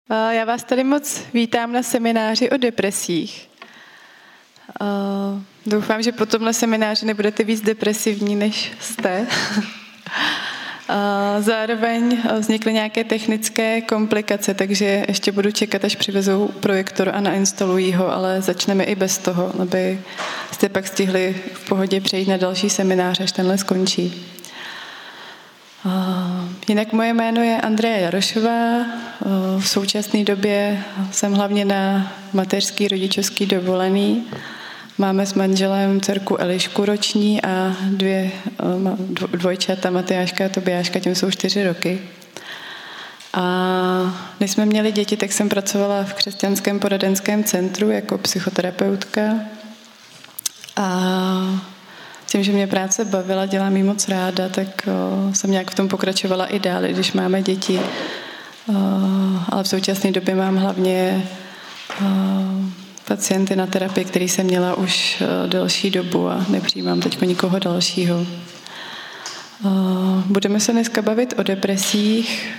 Já vás tady moc vítám na semináři o depresích. Doufám, že po tomhle semináři nebudete víc depresivní, než jste. Zároveň vznikly nějaké technické komplikace, takže ještě budu čekat, až přivezou projektor a nainstalují ho, ale začneme i bez toho, aby jste pak stihli v pohodě přejít na další seminář, až tenhle skončí. Jinak moje jméno je Andrea Jarošová. V současné době jsem hlavně na mateřský rodičovský dovolený. Máme s manželem dcerku Elišku roční a dvojčata Matyáška a Tobiáška, těm jsou 4 roky. A než jsme měli děti, tak jsem pracovala v křesťanském poradenském centru jako psychoterapeutka. A tím, že mě práce bavila, dělám ji moc ráda, tak jsem nějak v tom pokračovala i dál, když máme děti. Ale v současné době mám hlavně pacienty na terapii, který jsem měla už delší dobu a nepřijímám teď nikoho dalšího. Budeme se dneska bavit o depresích.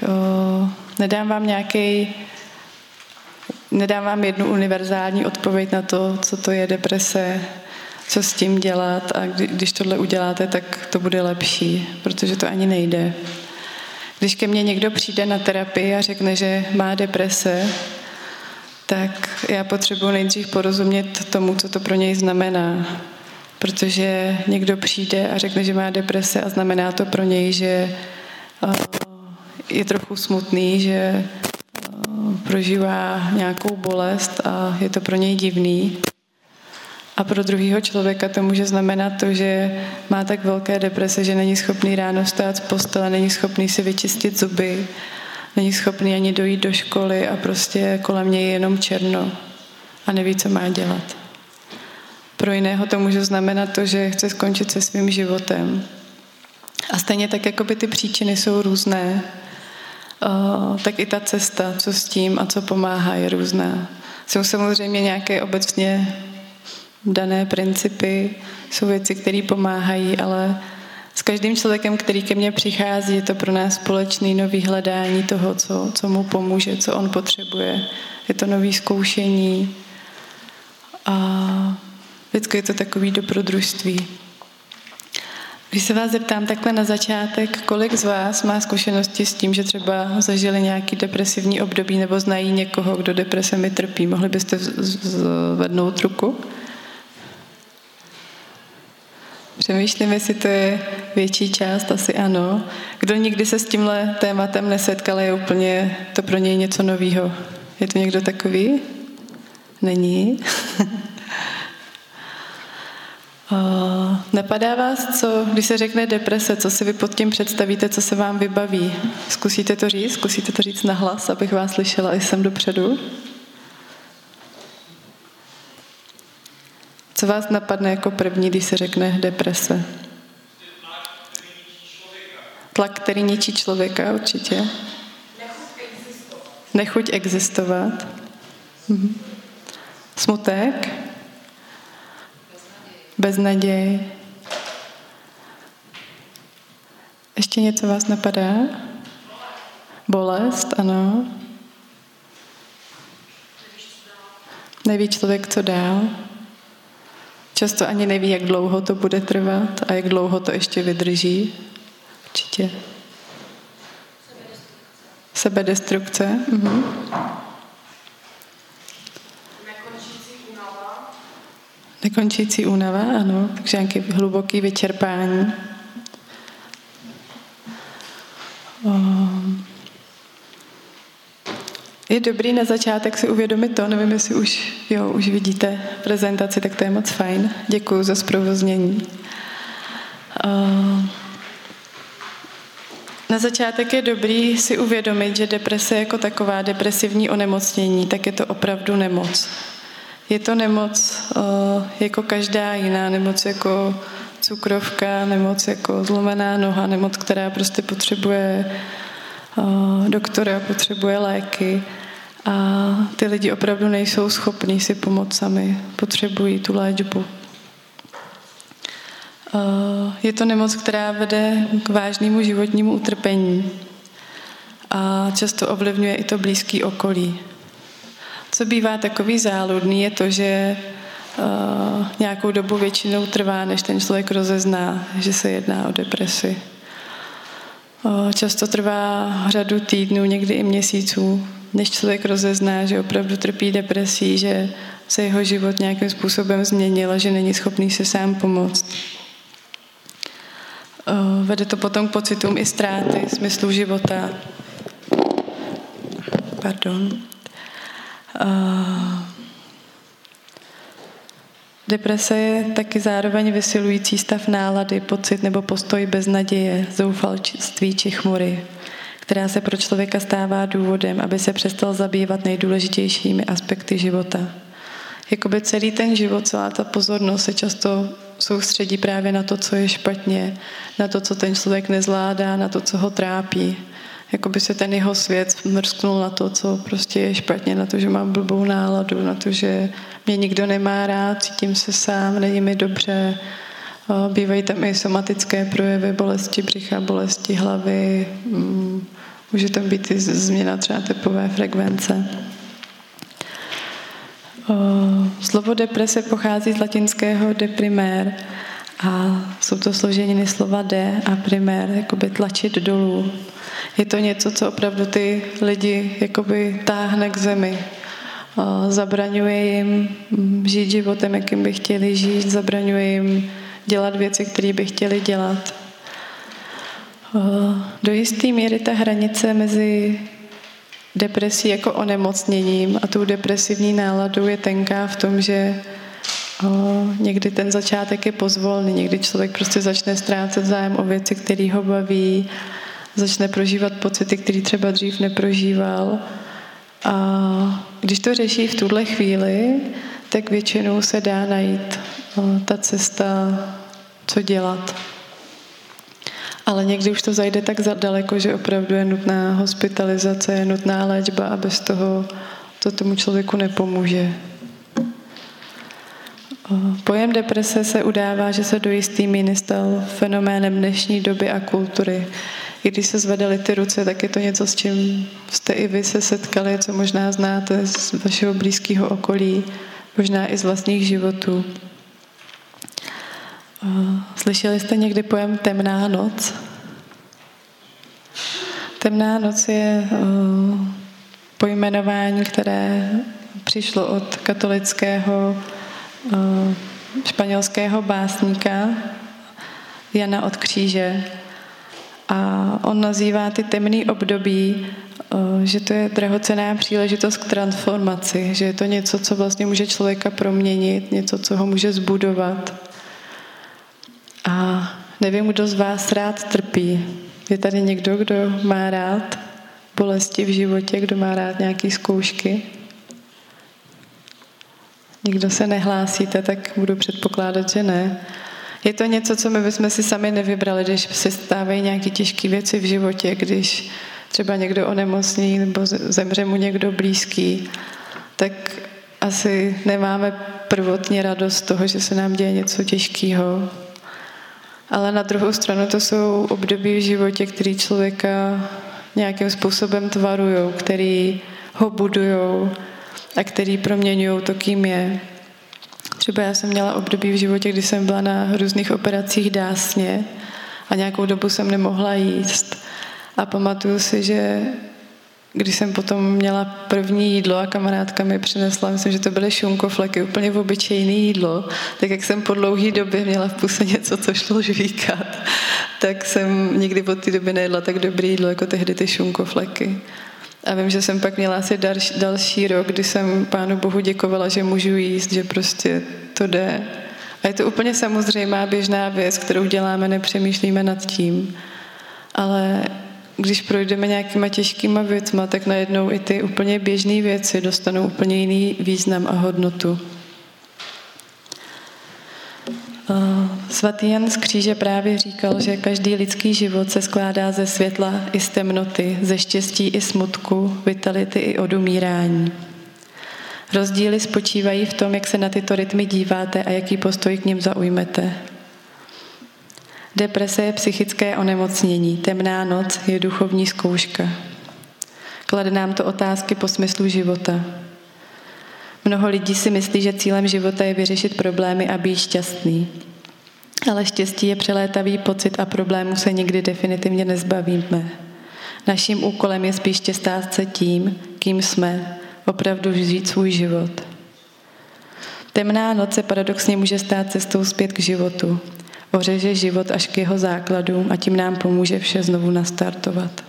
Nedám vám jednu univerzální odpověď na to, co to je deprese, co s tím dělat, a když tohle uděláte, tak to bude lepší, protože to ani nejde. Když ke mně někdo přijde na terapii a řekne, že má deprese, tak já potřebuji nejdřív porozumět tomu, co to pro něj znamená. Protože někdo přijde a řekne, že má deprese a znamená to pro něj, že je trochu smutný, že prožívá nějakou bolest a je to pro něj divný. A pro druhého člověka to může znamenat to, že má tak velké deprese, že není schopný ráno vstát z postele, není schopný si vyčistit zuby, není schopný ani dojít do školy a prostě kolem něj je jenom černo a neví, co má dělat. Pro jiného to může znamenat to, že chce skončit se svým životem. A stejně tak, jako by ty příčiny jsou různé, tak i ta cesta, co s tím a co pomáhá, je různá. Jsou samozřejmě nějaké obecně dané principy, jsou věci, které pomáhají, ale s každým člověkem, který ke mně přichází, je to pro nás společný nový hledání toho, co mu pomůže, co on potřebuje. Je to nový zkoušení a vždycky je to takový dobrodružství. Když se vás zeptám takhle na začátek, kolik z vás má zkušenosti s tím, že třeba zažili nějaký depresivní období nebo znají někoho, kdo depresemi trpí? Mohli byste zvednout ruku? Přemýšlím, jestli to je větší část, asi ano. Kdo nikdy se s tímhle tématem nesetkal, je úplně to pro něj něco novýho. Je to někdo takový? Není? Napadá vás, když se řekne deprese, co si vy pod tím představíte, co se vám vybaví? Zkusíte to říct? Zkusíte to říct nahlas, abych vás slyšela i sem dopředu? Co vás napadne jako první, když se řekne deprese? Tlak, který ničí člověka, určitě. Nechuť existovat. Smutek. Beznaděj. Ještě něco vás napadá? Bolest, ano. Neví člověk, co dál. Často ani neví, jak dlouho to bude trvat a jak dlouho to ještě vydrží. Určitě. Sebedestrukce. Nekončící únava, ano. Takže nějaké hluboké vyčerpání. Je dobrý na začátek si uvědomit to, nevím, jestli už vidíte prezentaci, tak to je moc fajn. Děkuju za zprovoznění. Na začátek je dobrý si uvědomit, že deprese jako taková, depresivní onemocnění, tak je to opravdu nemoc. Je to nemoc jako každá jiná nemoc, jako cukrovka, nemoc jako zlomená noha, nemoc, která prostě potřebuje doktora, potřebuje léky a ty lidi opravdu nejsou schopní si pomoct sami, potřebují tu léčbu. Je to nemoc, která vede k vážnému životnímu utrpení a často ovlivňuje i to blízké okolí. Co bývá takový záludný, je to, že nějakou dobu většinou trvá, než ten člověk rozezná, že se jedná o depresi. Často trvá řadu týdnů, někdy i měsíců, než člověk rozezná, že opravdu trpí depresí, že se jeho život nějakým způsobem změnil a že není schopný si sám pomoct. Vede to potom k pocitům i ztráty smyslu života. Deprese je taky zároveň vysilující stav nálady, pocit nebo postoj beznaděje, zoufalství či chmury, která se pro člověka stává důvodem, aby se přestal zabývat nejdůležitějšími aspekty života. Jakoby celý ten život, celá ta pozornost se často soustředí právě na to, co je špatně, na to, co ten člověk nezvládá, na to, co ho trápí. Jakoby se ten jeho svět mrsknul na to, co prostě je špatně, na to, že mám blbou náladu, na to, že mě nikdo nemá rád, cítím se sám, není mi dobře. Bývají tam i somatické projevy, bolesti břicha, bolesti hlavy, může tam být i změna třeba tepové frekvence. Slovo deprese pochází z latinského deprimer a jsou to složeniny slova de a primer, jakoby tlačit dolů. Je to něco, co opravdu ty lidi jakoby táhne k zemi. Zabraňuje jim žít životem, jakým by chtěli žít, zabraňuje jim dělat věci, které by chtěli dělat. Do jisté míry ta hranice mezi depresí jako onemocněním a tou depresivní náladou je tenká v tom, že někdy ten začátek je pozvolný, někdy člověk prostě začne ztrácet zájem o věci, které ho baví, začne prožívat pocity, které třeba dřív neprožíval. A když to řeší v tuhle chvíli, tak většinou se dá najít ta cesta, co dělat. Ale někdy už to zajde tak daleko, že opravdu je nutná hospitalizace, je nutná léčba a bez toho to tomu člověku nepomůže. Pojem deprese se udává, že se do jistý míry stal fenoménem dnešní doby a kultury. I když se zvedaly ty ruce, tak je to něco, s čím jste i vy se setkali, co možná znáte z vašeho blízkého okolí, možná i z vlastních životů. Slyšeli jste někdy pojem temná noc? Temná noc je pojmenování, které přišlo od katolického španělského básníka Jana od Kříže. A on nazývá ty temné období, že to je drahocenná příležitost k transformaci, že je to něco, co vlastně může člověka proměnit, něco, co ho může zbudovat. A nevím, kdo z vás rád trpí. Je tady někdo, kdo má rád bolesti v životě, kdo má rád nějaké zkoušky? Nikdo se nehlásíte, tak budu předpokládat, že ne. Je to něco, co my bychom si sami nevybrali, když se stávají nějaké těžké věci v životě, když třeba někdo onemocní nebo zemře mu někdo blízký, tak asi nemáme prvotně radost z toho, že se nám děje něco těžkého. Ale na druhou stranu to jsou období v životě, který člověka nějakým způsobem tvarujou, který ho budujou a který proměňují to, kým je. Třeba já jsem měla období v životě, kdy jsem byla na různých operacích dásně a nějakou dobu jsem nemohla jíst. A pamatuju si, že když jsem potom měla první jídlo a kamarádka mi přinesla, myslím, že to byly šunkofleky, úplně obyčejné jídlo, tak jak jsem po dlouhé době měla v puse něco, co šlo žvíkat, tak jsem nikdy od té doby nejedla tak dobré jídlo, jako tehdy ty šunkofleky. A vím, že jsem pak měla asi další rok, kdy jsem Pánu Bohu děkovala, že můžu jíst, že prostě to jde. A je to úplně samozřejmá běžná věc, kterou děláme, nepřemýšlíme nad tím. Ale když projdeme nějakýma těžkýma věcma, tak najednou i ty úplně běžné věci dostanou úplně jiný význam a hodnotu. Svatý Jan z Kříže právě říkal, že každý lidský život se skládá ze světla i z temnoty, ze štěstí i smutku, vitality i odumírání. Rozdíly spočívají v tom, jak se na tyto rytmy díváte a jaký postoj k nim zaujmete. Deprese je psychické onemocnění, temná noc je duchovní zkouška. Klade nám to otázky po smyslu života. Mnoho lidí si myslí, že cílem života je vyřešit problémy a být šťastný. Ale štěstí je přelétavý pocit a problémů se nikdy definitivně nezbavíme. Naším úkolem je spíš stát se tím, kým jsme, opravdu žít svůj život. Temná noc se paradoxně může stát cestou zpět k životu. Ořeže život až k jeho základům a tím nám pomůže vše znovu nastartovat.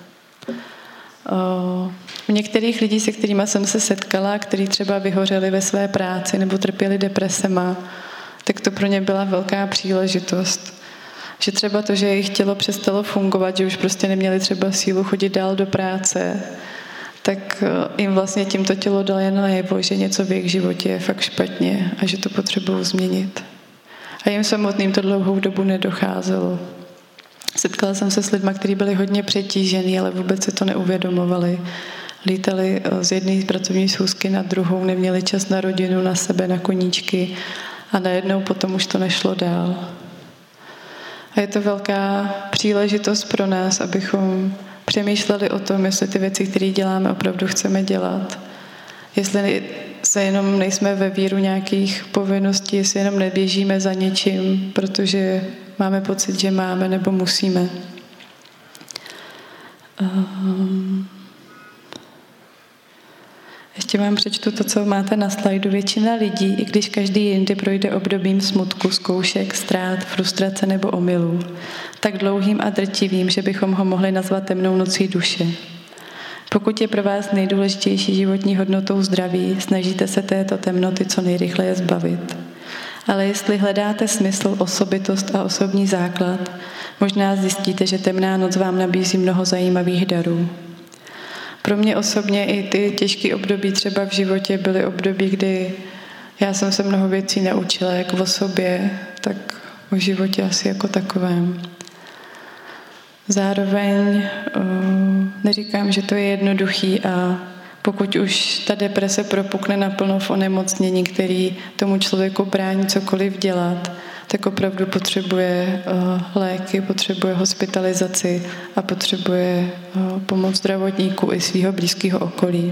U některých lidí, se kterými jsem se setkala, kteří třeba vyhořeli ve své práci nebo trpěli depresema, tak to pro ně byla velká příležitost. Že třeba to, že jejich tělo přestalo fungovat, že už prostě neměli třeba sílu chodit dál do práce, tak jim vlastně tímto tělo dalo jen najevo, že něco v jejich životě je fakt špatně a že to potřebují změnit. A jim samotným to dlouhou dobu nedocházelo. Setkala jsem se s lidmi, kteří byli hodně přetížení, ale vůbec si to neuvědomovali. Lítali z jedné pracovní schůzky na druhou, neměli čas na rodinu, na sebe, na koníčky a najednou potom už to nešlo dál. A je to velká příležitost pro nás, abychom přemýšleli o tom, jestli ty věci, které děláme, opravdu chceme dělat. Jestli se jenom nejsme ve víru nějakých povinností, jestli jenom neběžíme za něčím, protože máme pocit, že máme nebo musíme. Ještě vám přečtu to, co máte na slajdu. Většina lidí, i když každý jindy projde obdobím smutku, zkoušek, ztrát, frustrace nebo omylů, tak dlouhým a drtivým, že bychom ho mohli nazvat temnou nocí duše. Pokud je pro vás nejdůležitější životní hodnotou zdraví, snažíte se této temnoty co nejrychleji zbavit. Ale jestli hledáte smysl, osobitost a osobní základ, možná zjistíte, že temná noc vám nabízí mnoho zajímavých darů. Pro mě osobně i ty těžké období třeba v životě byly období, kdy já jsem se mnoho věcí naučila, jak o sobě, tak o životě asi jako takovém. Zároveň neříkám, že to je jednoduchý a pokud už ta deprese propukne naplno v onemocnění, který tomu člověku brání cokoliv dělat, tak opravdu potřebuje léky, potřebuje hospitalizaci a potřebuje pomoc zdravotníků i svého blízkého okolí.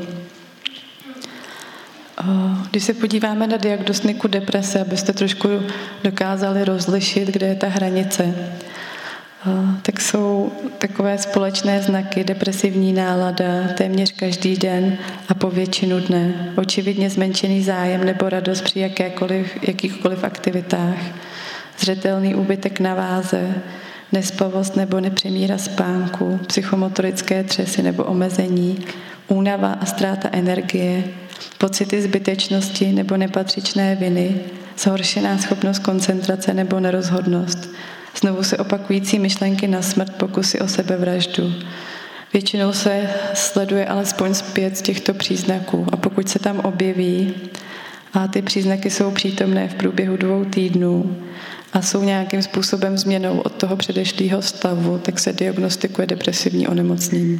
Když se podíváme na diagnostiku deprese, abyste trošku dokázali rozlišit, kde je ta hranice, tak jsou takové společné znaky: depresivní nálada téměř každý den a po většinu dne, očividně zmenšený zájem nebo radost při jakýchkoliv aktivitách, zřetelný úbytek na váze, nespavost nebo nepřemíra spánku, psychomotorické třesy nebo omezení, únava a ztráta energie, pocity zbytečnosti nebo nepatřičné viny, zhoršená schopnost koncentrace nebo nerozhodnost, znovu se opakující myšlenky na smrt, pokusy o sebevraždu. Většinou se sleduje alespoň 5 z těchto příznaků a pokud se tam objeví a ty příznaky jsou přítomné v průběhu 2 týdnů a jsou nějakým způsobem změnou od toho předešlého stavu, tak se diagnostikuje depresivní onemocnění.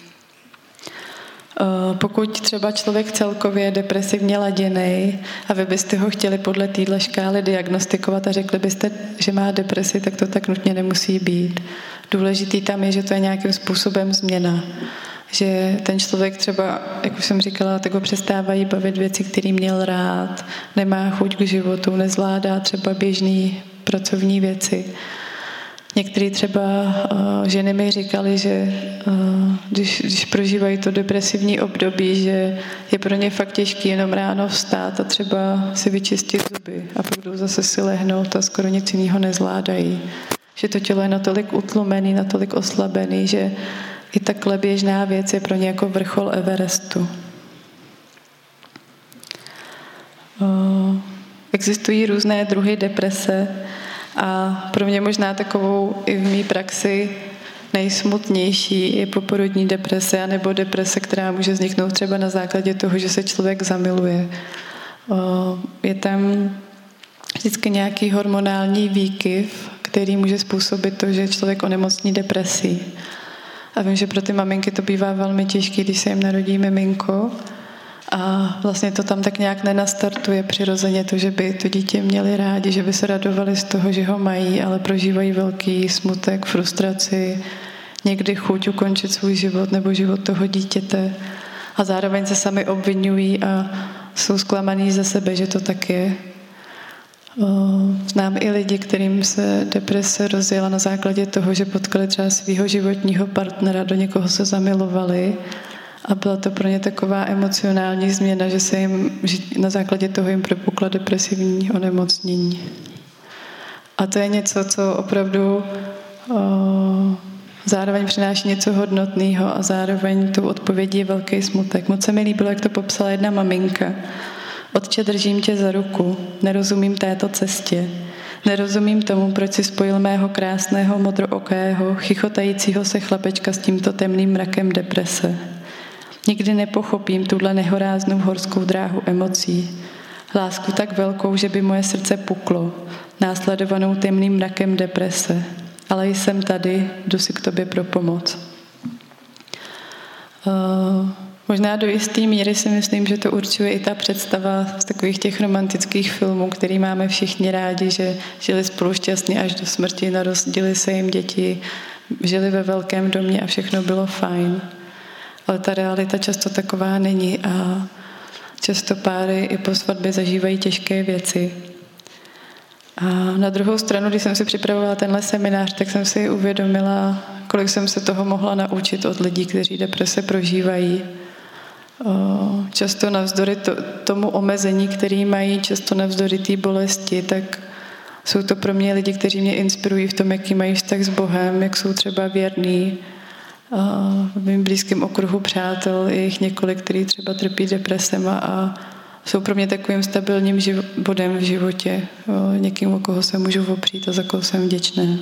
Pokud třeba člověk celkově je depresivně laděnej a vy byste ho chtěli podle téhle škály diagnostikovat a řekli byste, že má depresi, tak to tak nutně nemusí být. Důležitý tam je, že to je nějakým způsobem změna. Že ten člověk třeba, jak už jsem říkala, tak ho přestávají bavit věci, které měl rád, nemá chuť k životu, nezvládá třeba běžné pracovní věci. Některé třeba ženy mi říkaly, že když prožívají to depresivní období, že je pro ně fakt těžké jenom ráno vstát a třeba si vyčistit zuby a pak jdou zase si lehnout a skoro nic jiného nezvládají. Že to tělo je natolik utlumený, natolik oslabený, že i takhle běžná věc je pro ně jako vrchol Everestu. Existují různé druhy deprese a pro mě možná takovou i v mý praxi nejsmutnější je poporodní deprese nebo deprese, která může vzniknout třeba na základě toho, že se člověk zamiluje. Je tam vždycky nějaký hormonální výkyv, který může způsobit to, že člověk onemocní depresí. A vím, že pro ty maminky to bývá velmi těžké, když se jim narodí miminko a vlastně to tam tak nějak nenastartuje přirozeně to, že by to dítě měli rádi, že by se radovali z toho, že ho mají, ale prožívají velký smutek, frustraci, někdy chuť ukončit svůj život nebo život toho dítěte a zároveň se sami obvinují a jsou zklamaný ze sebe, že to tak je. Znám i lidi, kterým se deprese rozjela na základě toho, že potkali třeba svého životního partnera, do někoho se zamilovali a byla to pro ně taková emocionální změna, že se jim na základě toho jim propukla depresivní onemocnění. A to je něco, co opravdu zároveň přináší něco hodnotného a zároveň tou odpovědí je velký smutek. Moc se mi líbilo, jak to popsala jedna maminka. Otče, držím tě za ruku, nerozumím této cestě. Nerozumím tomu, proč si spojil mého krásného modrookého, chichotajícího se chlapečka s tímto temným mrakem deprese. Nikdy nepochopím tuhle nehoráznou horskou dráhu emocí. Lásku tak velkou, že by moje srdce puklo, následovanou temným mrakem deprese. Ale jsem tady, jdu si k tobě pro pomoc. Možná do jisté míry si myslím, že to určuje i ta představa z takových těch romantických filmů, který máme všichni rádi, že žili spolu šťastně až do smrti, narodili se jim děti, žili ve velkém domě a všechno bylo fajn. Ale ta realita často taková není a často páry i po svatbě zažívají těžké věci. A na druhou stranu, když jsem si připravovala tenhle seminář, tak jsem si uvědomila, kolik jsem se toho mohla naučit od lidí, kteří deprese prožívají. Často navzdory tomu omezení, který mají, často navzdory té bolesti, tak jsou to pro mě lidi, kteří mě inspirují v tom, jaký mají vztah s Bohem, jak jsou třeba věrní. V mým blízkém okruhu přátel je jich několik, kteří třeba trpí depresema a jsou pro mě takovým stabilním bodem v životě, někým, o koho se můžu opřít a za koho jsem vděčná.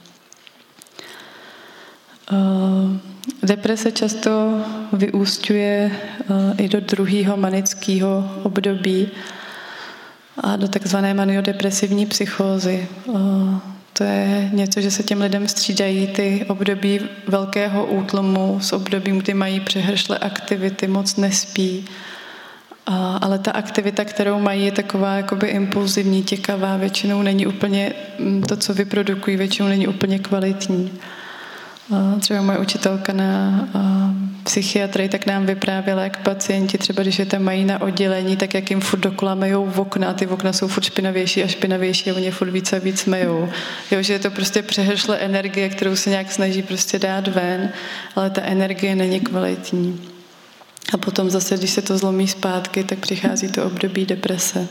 Deprese často vyúsťuje i do druhého manického období a do takzvané maniodepresivní psychózy. To je něco, že se těm lidem střídají ty období velkého útlumu s obdobím, kdy mají přehršle aktivity, moc nespí. Ale ta aktivita, kterou mají, je taková jakoby impulzivní, těkavá, většinou není úplně to, co vyprodukují, většinou není úplně kvalitní. Třeba moje učitelka na psychiatrii tak nám vyprávěla, jak pacienti třeba, když je tam mají na oddělení, tak jak jim furt dokola mejou v okna, ty okna jsou furt špinavější a špinavější a oni furt víc a víc mejou. Jo, že je to prostě přehršle energie, kterou se nějak snaží prostě dát ven, ale ta energie není kvalitní. A potom zase, když se to zlomí zpátky, tak přichází to období deprese.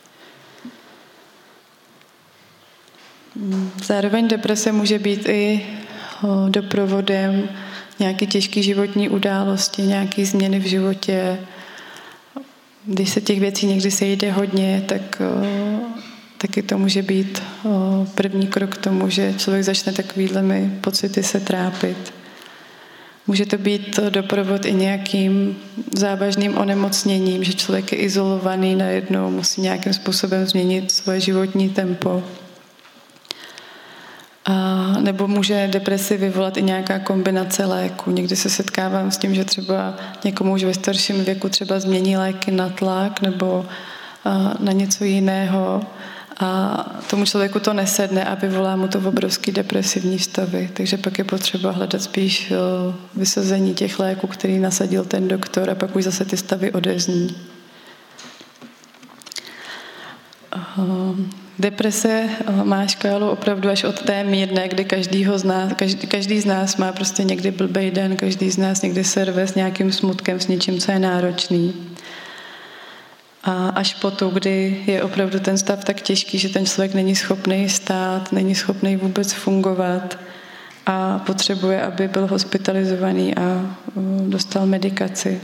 Zároveň deprese může být i doprovodem nějaké těžké životní události, nějaké změny v životě. Když se těch věcí někdy sejde hodně, tak taky to může být první krok k tomu, že člověk začne takovýhlemi pocity se trápit. Může to být doprovod i nějakým závažným onemocněním, že člověk je izolovaný, najednou musí nějakým způsobem změnit svoje životní tempo. A nebo může depresi vyvolat i nějaká kombinace léků. Někdy se setkávám s tím, že třeba někomu už ve starším věku třeba změní léky na tlak nebo na něco jiného a tomu člověku to nesedne a vyvolá mu to obrovský depresivní stavy. Takže pak je potřeba hledat spíš vysazení těch léků, který nasadil ten doktor a pak už zase ty stavy odezní. Deprese má škálu opravdu až od té mírné, kdy každý z nás má prostě někdy blbej den, každý z nás někdy se rve s nějakým smutkem, s něčím, co je náročný. A až po tu, kdy je opravdu ten stav tak těžký, že ten člověk není schopný stát, není schopný vůbec fungovat a potřebuje, aby byl hospitalizovaný a dostal medikaci.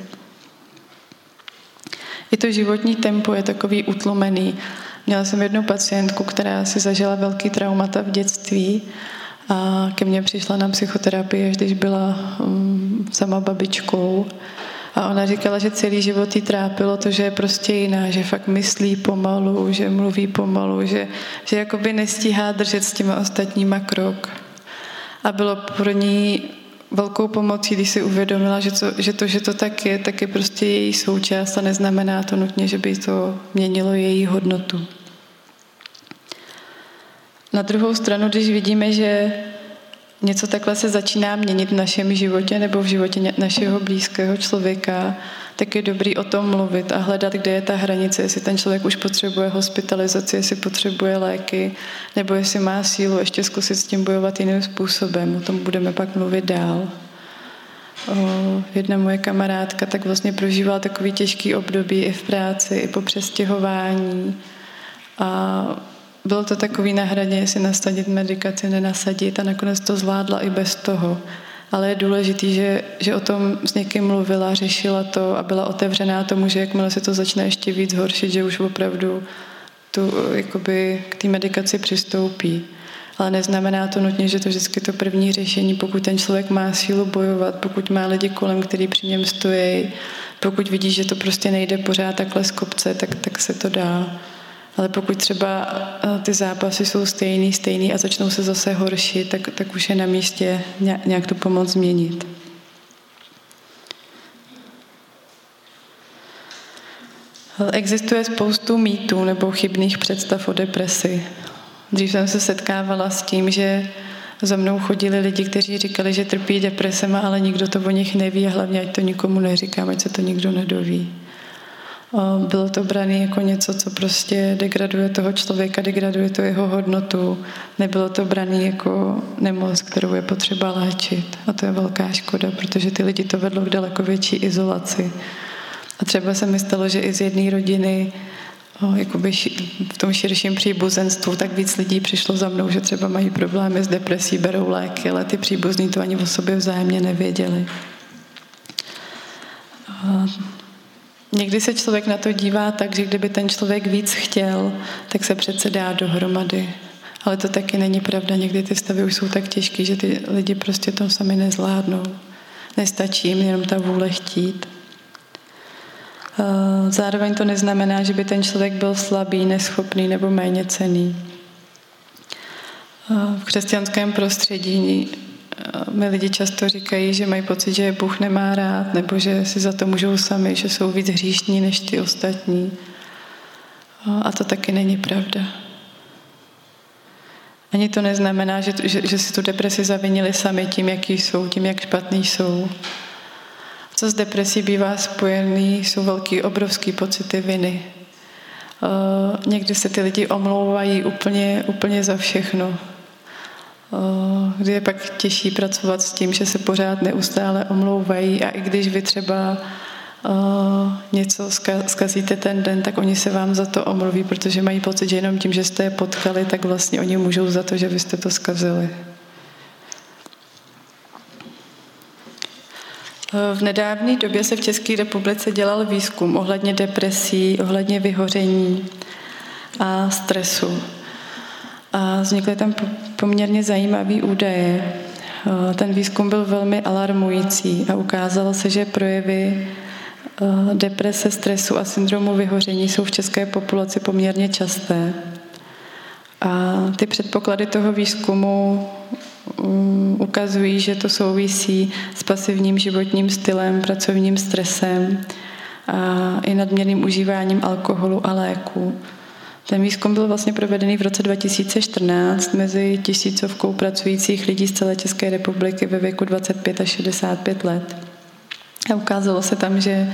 I to životní tempo je takový utlumený. Měla jsem jednu pacientku, která si zažila velký traumata v dětství a ke mně přišla na psychoterapii, až když byla sama babičkou. A ona říkala, že celý život jí trápilo to, že je prostě jiná, že fakt myslí pomalu, že mluví pomalu, že jakoby nestíhá držet s těma ostatníma krok. A bylo pro ní velkou pomocí, když si uvědomila, že to tak je prostě její součást a neznamená to nutně, že by to měnilo její hodnotu. Na druhou stranu, když vidíme, že něco takhle se začíná měnit v našem životě nebo v životě našeho blízkého člověka, tak je dobrý o tom mluvit a hledat, kde je ta hranice, jestli ten člověk už potřebuje hospitalizaci, jestli potřebuje léky, nebo jestli má sílu ještě zkusit s tím bojovat jiným způsobem. O tom budeme pak mluvit dál. Jedna moje kamarádka tak vlastně prožívala takový těžký období i v práci, i po přestěhování. A bylo to takový na hraně, jestli nasadit medikaci, nenasadit, a nakonec to zvládla i bez toho. Ale je důležité, že o tom s někým mluvila, řešila to a byla otevřená tomu, že jakmile se to začne ještě víc horšit, že už opravdu k té medikaci přistoupí. Ale neznamená to nutně, že to vždycky to první řešení, pokud ten člověk má sílu bojovat, pokud má lidi kolem, který při něm stojí, pokud vidí, že to prostě nejde pořád takhle z kopce, tak se to dá. Ale pokud třeba ty zápasy jsou stejný a začnou se zase horšit, tak už je na místě nějak tu pomoc změnit. Existuje spoustu mýtů nebo chybných představ o depresi. Dřív jsem se setkávala s tím, že za mnou chodili lidi, kteří říkali, že trpí depresema, ale nikdo to o nich neví a hlavně ať to nikomu neříkám, ať se to nikdo nedoví. Bylo to brané jako něco, co prostě degraduje toho člověka, degraduje to jeho hodnotu. Nebylo to brané jako nemoc, kterou je potřeba léčit. A to je velká škoda, protože ty lidi to vedlo k daleko větší izolaci. A třeba se mi stalo, že i z jedné rodiny, jakoby v tom širším příbuzenstvu, tak víc lidí přišlo za mnou, že třeba mají problémy s depresí, berou léky, ale ty příbuzní to ani o sobě vzájemně nevěděli. Někdy se člověk na to dívá tak, že kdyby ten člověk víc chtěl, tak se přece dá dohromady. Ale to taky není pravda. Někdy ty stavy už jsou tak těžké, že ty lidi prostě to sami nezvládnou. Nestačí jim jenom ta vůle chtít. Zároveň to neznamená, že by ten člověk byl slabý, neschopný nebo méněcenný. V křesťanském prostředí mi lidi často říkají, že mají pocit, že je Bůh nemá rád, nebo že si za to můžou sami, že jsou víc hříšní než ty ostatní. A to taky není pravda. Ani to neznamená, že si tu depresi zavinili sami tím, jaký jsou, tím, jak špatný jsou. Co s depresí bývá spojený, jsou velký, obrovský pocity viny. Někdy se ty lidi omlouvají úplně za všechno. Kdy je pak těžší pracovat s tím, že se pořád neustále omlouvají a i když vy třeba něco zkazíte ten den, tak oni se vám za to omluví, protože mají pocit, že jenom tím, že jste je potkali, tak vlastně oni můžou za to, že vy jste to zkazili. V nedávné době se v České republice dělal výzkum ohledně depresí, ohledně vyhoření a stresu. A vznikly tam poměrně zajímavé údaje. Ten výzkum byl velmi alarmující a ukázalo se, že projevy deprese, stresu a syndromu vyhoření jsou v české populaci poměrně časté. A ty předpoklady toho výzkumu ukazují, že to souvisí s pasivním životním stylem, pracovním stresem a i nadměrným užíváním alkoholu a léků. Ten výzkum byl vlastně provedený v roce 2014 mezi 1000 pracujících lidí z celé České republiky ve věku 25 až 65 let. A ukázalo se tam, že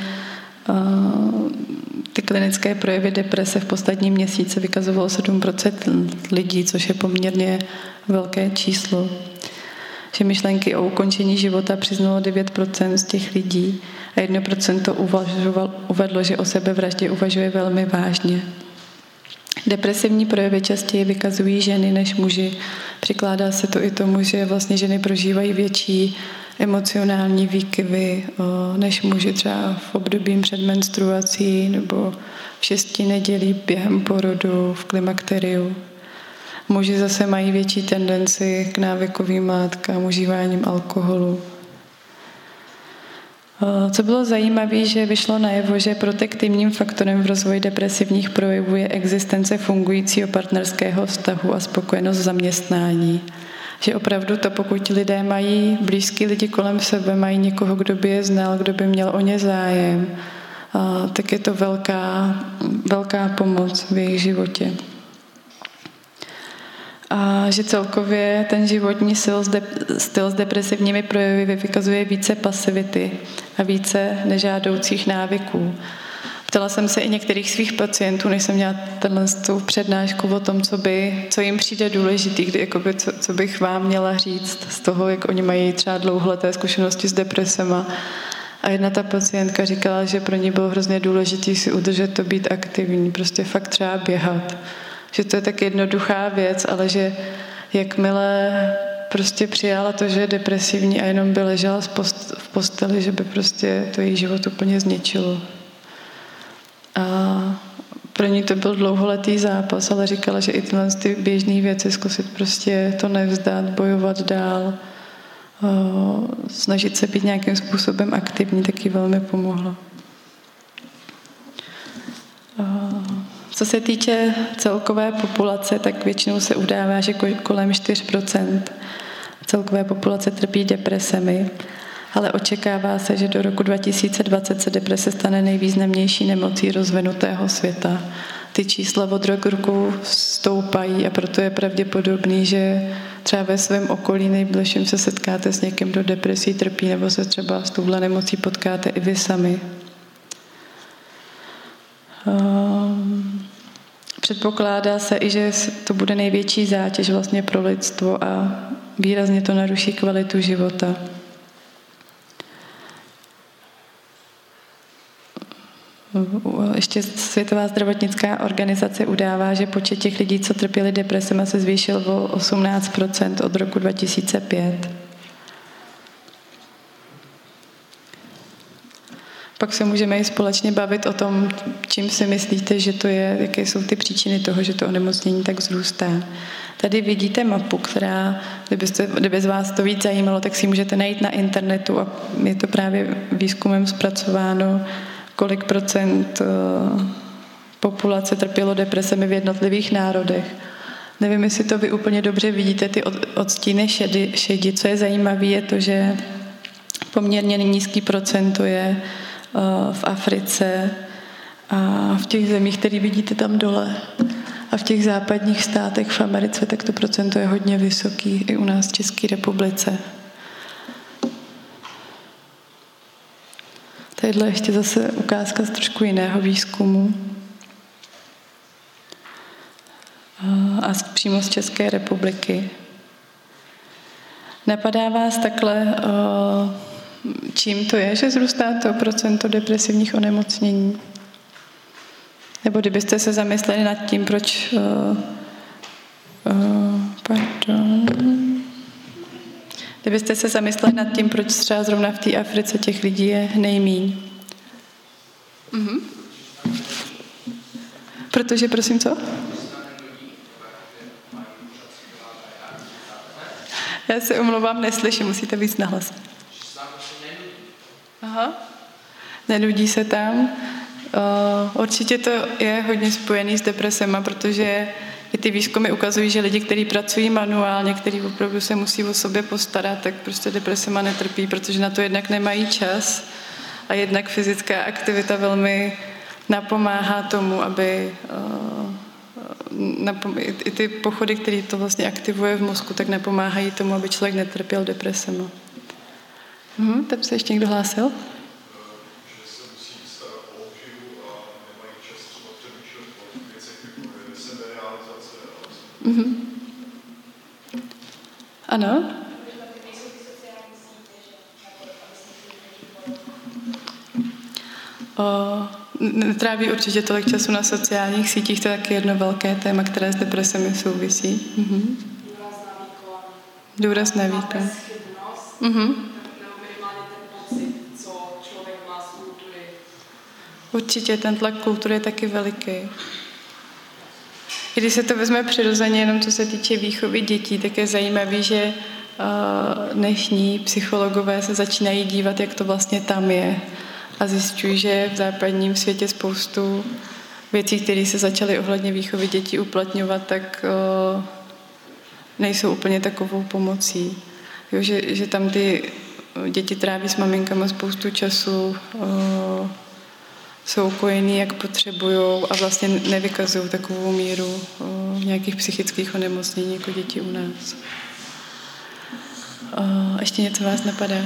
ty klinické projevy deprese v posledním měsíci vykazovalo 7% lidí, což je poměrně velké číslo. Že myšlenky o ukončení života přiznalo 9% z těch lidí a 1% uvedlo, že o sebevraždě uvažuje velmi vážně. Depresivní projevy častěji vykazují ženy než muži. Přikládá se to i tomu, že vlastně ženy prožívají větší emocionální výkyvy než muži, třeba v období před menstruací nebo v 6 nedělí během porodu, v klimakteriu. Muži zase mají větší tendenci k návykovým látkám, užíváním alkoholu. Co bylo zajímavé, že vyšlo najevo, že protektivním faktorem v rozvoji depresivních projevů je existence fungujícího partnerského vztahu a spokojenost v zaměstnání. Že opravdu to, pokud lidé mají blízký lidi kolem sebe, mají někoho, kdo by je znal, kdo by měl o ně zájem, tak je to velká pomoc v jejich životě. A že celkově ten životní styl s depresivními projevy vykazuje více pasivity a více nežádoucích návyků. Ptala jsem se i některých svých pacientů, než jsem měla tu přednášku o tom, co jim přijde důležitý, co bych vám měla říct z toho, jak oni mají třeba dlouholeté zkušenosti s depresema. A jedna ta pacientka říkala, že pro ní bylo hrozně důležité si udržet to být aktivní, prostě fakt třeba běhat. Že to je tak jednoduchá věc, ale že jakmile prostě přijala to, že je depresivní a jenom by ležela v posteli, že by prostě to její život úplně zničilo. A pro ní to byl dlouholetý zápas, ale říkala, že i tyhle ty běžné věci zkusit prostě to nevzdát, bojovat dál, snažit se být nějakým způsobem aktivní, taky velmi pomohlo. Co se týče celkové populace, tak většinou se udává, že kolem 4% celkové populace trpí depresemi, ale očekává se, že do roku 2020 se deprese stane nejvýznamnější nemocí rozvinutého světa. Ty čísla od roku k roku stoupají a proto je pravděpodobný, že třeba ve svém okolí nejbližším se setkáte s někým, kdo depresí trpí, nebo se třeba s touhle nemocí potkáte i vy sami. Předpokládá se i, že to bude největší zátěž vlastně pro lidstvo a výrazně to naruší kvalitu života. Ještě Světová zdravotnická organizace udává, že počet těch lidí, co trpěli depresemi, se zvýšil o 18% od roku 2005. Pak se můžeme i společně bavit o tom, čím si myslíte, že to je, jaké jsou ty příčiny toho, že to onemocnění tak vzrůstá. Tady vidíte mapu, která, kdyby z vás to víc zajímalo, tak si můžete najít na internetu a je to právě výzkumem zpracováno, kolik procent populace trpělo depresemi v jednotlivých národech. Nevím, jestli to vy úplně dobře vidíte, ty odstíny šedi. Co je zajímavé, je to, že poměrně nízký procento je v Africe a v těch zemích, které vidíte tam dole. A v těch západních státech v Americe, tak to procento je hodně vysoký, i u nás v České republice. Tadyhle ještě zase ukázka z trošku jiného výzkumu. A přímo z České republiky. Napadá vás takhle, čím to je, že zrůstá to procento depresivních onemocnění? Nebo kdybyste se zamysleli nad tím, proč... Kdybyste se zamysleli nad tím, proč třeba zrovna v té Africe těch lidí je nejmíň. Mhm. Protože, prosím, co? Já se omlouvám, neslyším, musíte víc nahlas. Aha. Neludí se tam. Určitě to je hodně spojený s depresema, protože i ty výzkumy ukazují, že lidi, kteří pracují manuálně, kteří opravdu se musí o sobě postarat, tak prostě depresema netrpí, protože na to jednak nemají čas a jednak fyzická aktivita velmi napomáhá tomu, aby i ty pochody, které to vlastně aktivuje v mozku, tak napomáhají tomu, aby člověk netrpěl depresema. Tam se ještě někdo hlásil? Ano? Netráví určitě tolik času na sociálních sítích, to je taky jedno velké téma, které s depresemi souvisí. Důraz na výkon. Určitě ten tlak kultury je taky veliký. Když se to vezme přirozeně, jenom co se týče výchovy dětí, tak je zajímavé, že dnešní psychologové se začínají dívat, jak to vlastně tam je. A zjišťují, že v západním světě spoustu věcí, které se začaly ohledně výchovy dětí uplatňovat, tak nejsou úplně takovou pomocí. Jo, že tam ty děti tráví s maminkama spoustu času, jsou kojený, jak potřebujou a vlastně nevykazují takovou míru nějakých psychických onemocnění jako děti u nás. Ještě něco vás napadá?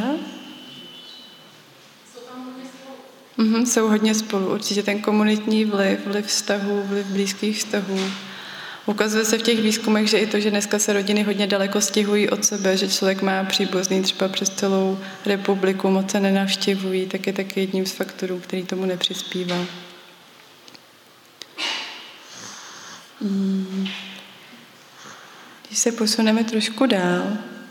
Jsou hodně spolu. Určitě ten komunitní vliv vztahů, vliv blízkých vztahů. Ukazuje se v těch výzkumech, že i to, že dneska se rodiny hodně daleko stěhují od sebe, že člověk má příbuzný třeba přes celou republiku, moc se nenavštěvují, tak je taky jedním z faktorů, který tomu nepřispívá. Když se posuneme trošku dál,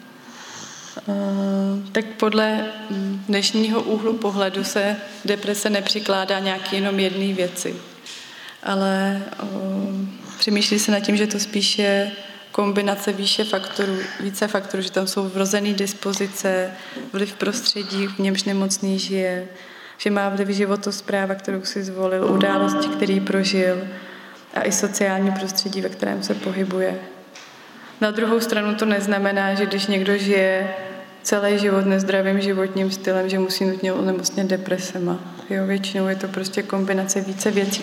tak podle dnešního úhlu pohledu se deprese nepřikládá nějaký jenom jedné věci, ale přemýšlí se nad tím, že to spíš je kombinace více faktorů, že tam jsou vrozené dispozice, vliv prostředí, v němž nemocný žije, že má vliv životospráva, kterou si zvolil, události, který prožil a i sociální prostředí, ve kterém se pohybuje. Na druhou stranu to neznamená, že když někdo žije celý život nezdravým životním stylem, že musí nutně onemocnět depresema. Jo, většinou je to prostě kombinace více věcí,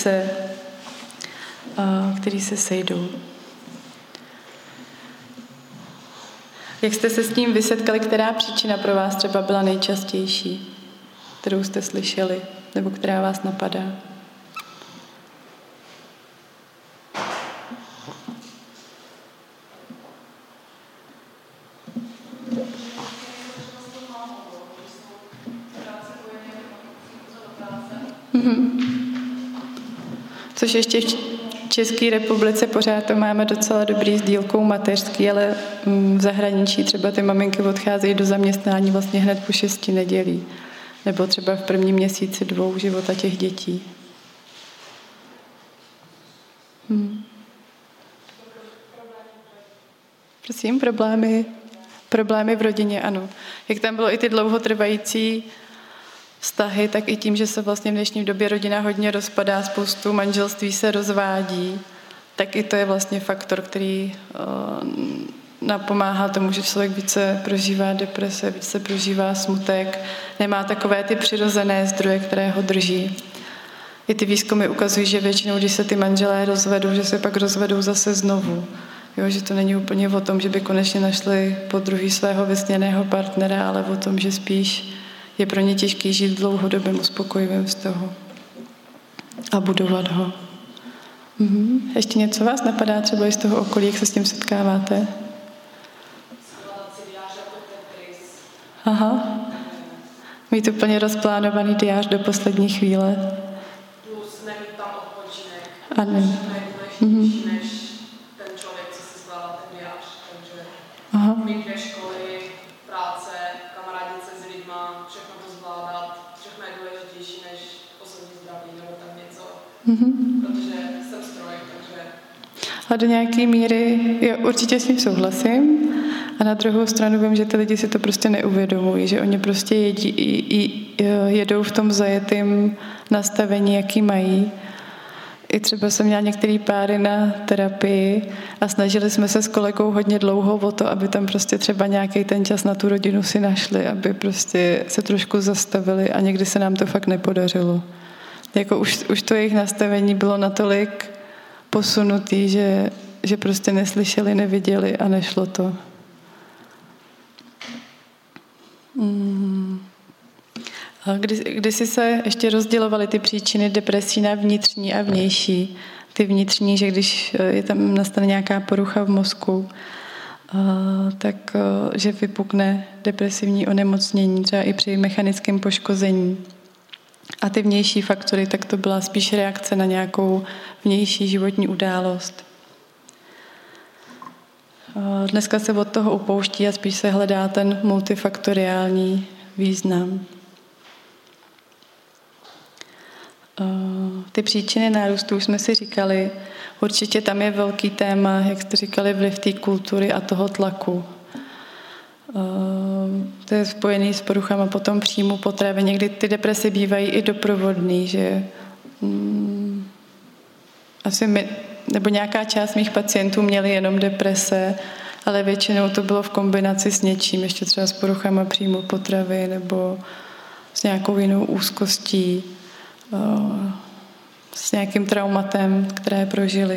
které se sejdou. Jak jste se s tím vysetkali, která příčina pro vás třeba byla nejčastější, kterou jste slyšeli, nebo která vás napadá? Což ještě v České republice pořád to máme docela dobrý s dílkou mateřský, ale v zahraničí třeba ty maminky odcházejí do zaměstnání vlastně hned po 6 nedělí. Nebo třeba v prvním měsíci 2 života těch dětí. Prosím, problémy v rodině, ano. Jak tam bylo i ty dlouhotrvající vztahy, tak i tím, že se vlastně v dnešní době rodina hodně rozpadá, spoustu manželství se rozvádí, tak i to je vlastně faktor, který napomáhá tomu, že člověk více prožívá deprese, více prožívá smutek, nemá takové ty přirozené zdroje, které ho drží. I ty výzkumy ukazují, že většinou, když se ty manželé rozvedou, že se pak rozvedou zase znovu. Jo, že to není úplně o tom, že by konečně našli podruhý svého vysněného partnera, ale o tom, že spíš je pro ně těžký žít v dlouhodobém uspokojivém vztahu a budovat ho. Ještě něco vás napadá třeba i z toho okolí, jak se s tím setkáváte? Aha. Mít úplně rozplánovaný diář do poslední chvíle. Plus nemít tam odpočinek. A ne. Než ten člověk, co si zvládá ten diář. Takže mít 2 školy, práce, kamarádit se s lidma, všechno to zvládat, všechno je důležitější než osobní zdraví nebo tam něco. Protože jsem stroj, takže... A do nějaké míry, jo, určitě s tím souhlasím. A na druhou stranu vím, že ty lidi si to prostě neuvědomují, že oni prostě jedou v tom zajetém nastavení, jaký mají. I třeba jsem měla některé páry na terapii a snažili jsme se s kolegou hodně dlouho o to, aby tam prostě třeba nějaký ten čas na tu rodinu si našli, aby prostě se trošku zastavili a někdy se nám to fakt nepodařilo. Jako už to jejich nastavení bylo natolik posunutý, že prostě neslyšeli, neviděli a nešlo to. Kdysi se ještě rozdělovaly ty příčiny depresí na vnitřní a vnější. Ty vnitřní, že když je tam nastane nějaká porucha v mozku, tak že vypukne depresivní onemocnění, třeba i při mechanickém poškození. A ty vnější faktory, tak to byla spíš reakce na nějakou vnější životní událost. Dneska se od toho upouští a spíš se hledá ten multifaktoriální význam. Ty příčiny nárůstu, už jsme si říkali, určitě tam je velký téma, jak jste říkali, vliv té kultury a toho tlaku. To je spojený s poruchama potom příjmu potravy. Někdy ty deprese bývají i doprovodný, že nebo nějaká část mých pacientů měli jenom deprese, ale většinou to bylo v kombinaci s něčím, ještě třeba s poruchama příjmu potravy nebo s nějakou jinou úzkostí. s nějakým traumatem, které prožili.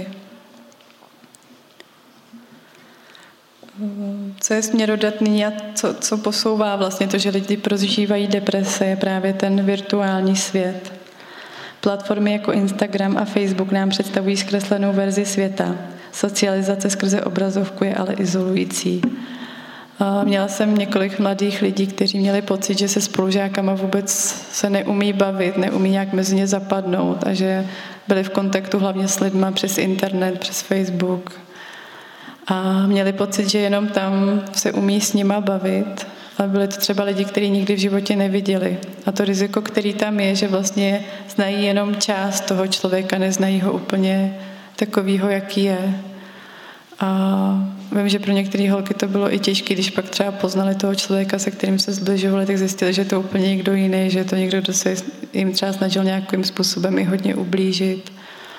Co je směrodatný a co posouvá vlastně to, že lidi prožívají deprese, je právě ten virtuální svět. Platformy jako Instagram a Facebook nám představují zkreslenou verzi světa. Socializace skrze obrazovku je ale izolující. Měla jsem několik mladých lidí, kteří měli pocit, že se spolužákama vůbec se neumí bavit, neumí nějak mezi ně zapadnout a že byli v kontaktu hlavně s lidma přes internet, přes Facebook. A měli pocit, že jenom tam se umí s nima bavit, ale byli to třeba lidi, kteří nikdy v životě neviděli. A to riziko, který tam je, že vlastně znají jenom část toho člověka, neznají ho úplně takovýho, jaký je. A vím, že pro některé holky to bylo i těžké, když pak třeba poznali toho člověka, se kterým se zbližovali, tak zjistili, že to je úplně někdo jiný, že je to někdo, kdo se jim třeba snažil nějakým způsobem i hodně ublížit.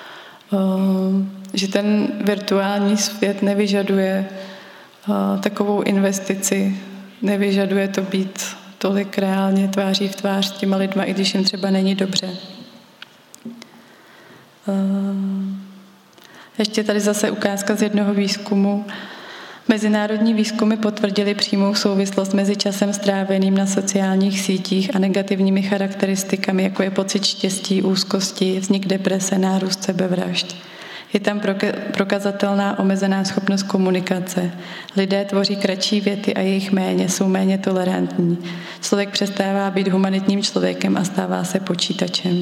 Že ten virtuální svět nevyžaduje takovou investici, nevyžaduje to být tolik reálně tváří v tvář s těma lidma, i když jim třeba není dobře. Ještě tady zase ukázka z jednoho výzkumu. Mezinárodní výzkumy potvrdily přímou souvislost mezi časem stráveným na sociálních sítích a negativními charakteristikami, jako je pocit štěstí, úzkosti, vznik deprese, nárůst sebevražd. Je tam prokazatelná omezená schopnost komunikace. Lidé tvoří kratší věty a jejich méně, jsou méně tolerantní. Člověk přestává být humanitním člověkem a stává se počítačem.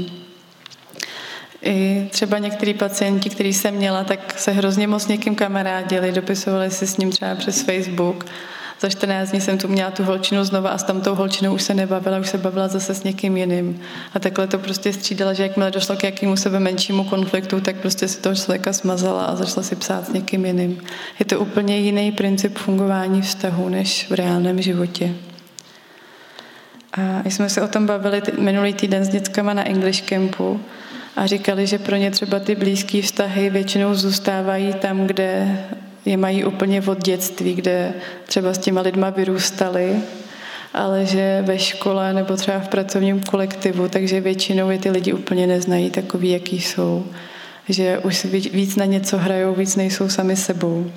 I třeba některý pacienti, který jsem měla, tak se hrozně moc někým kamarádili, dopisovali si s ním třeba přes Facebook. Za 14 dní jsem tu měla tu holčinu znova a s tamtou holčinou už se nebavila, už se bavila zase s někým jiným. A takhle to prostě střídala, že jakmile došlo k jakému sebe menšímu konfliktu, tak prostě si toho člověka smazala a začala si psát s někým jiným. Je to úplně jiný princip fungování vztahu než v reálném životě. A jsme se o tom bavili minulý týden s dětskama na English Campu a říkali, že pro ně třeba ty blízké vztahy většinou zůstávají tam, kde je mají úplně od dětství, kde třeba s těma lidma vyrůstali, ale že ve škole nebo třeba v pracovním kolektivu, takže většinou je ty lidi úplně neznají takový, jaký jsou. Že už si víc na něco hrajou, víc nejsou sami sebou.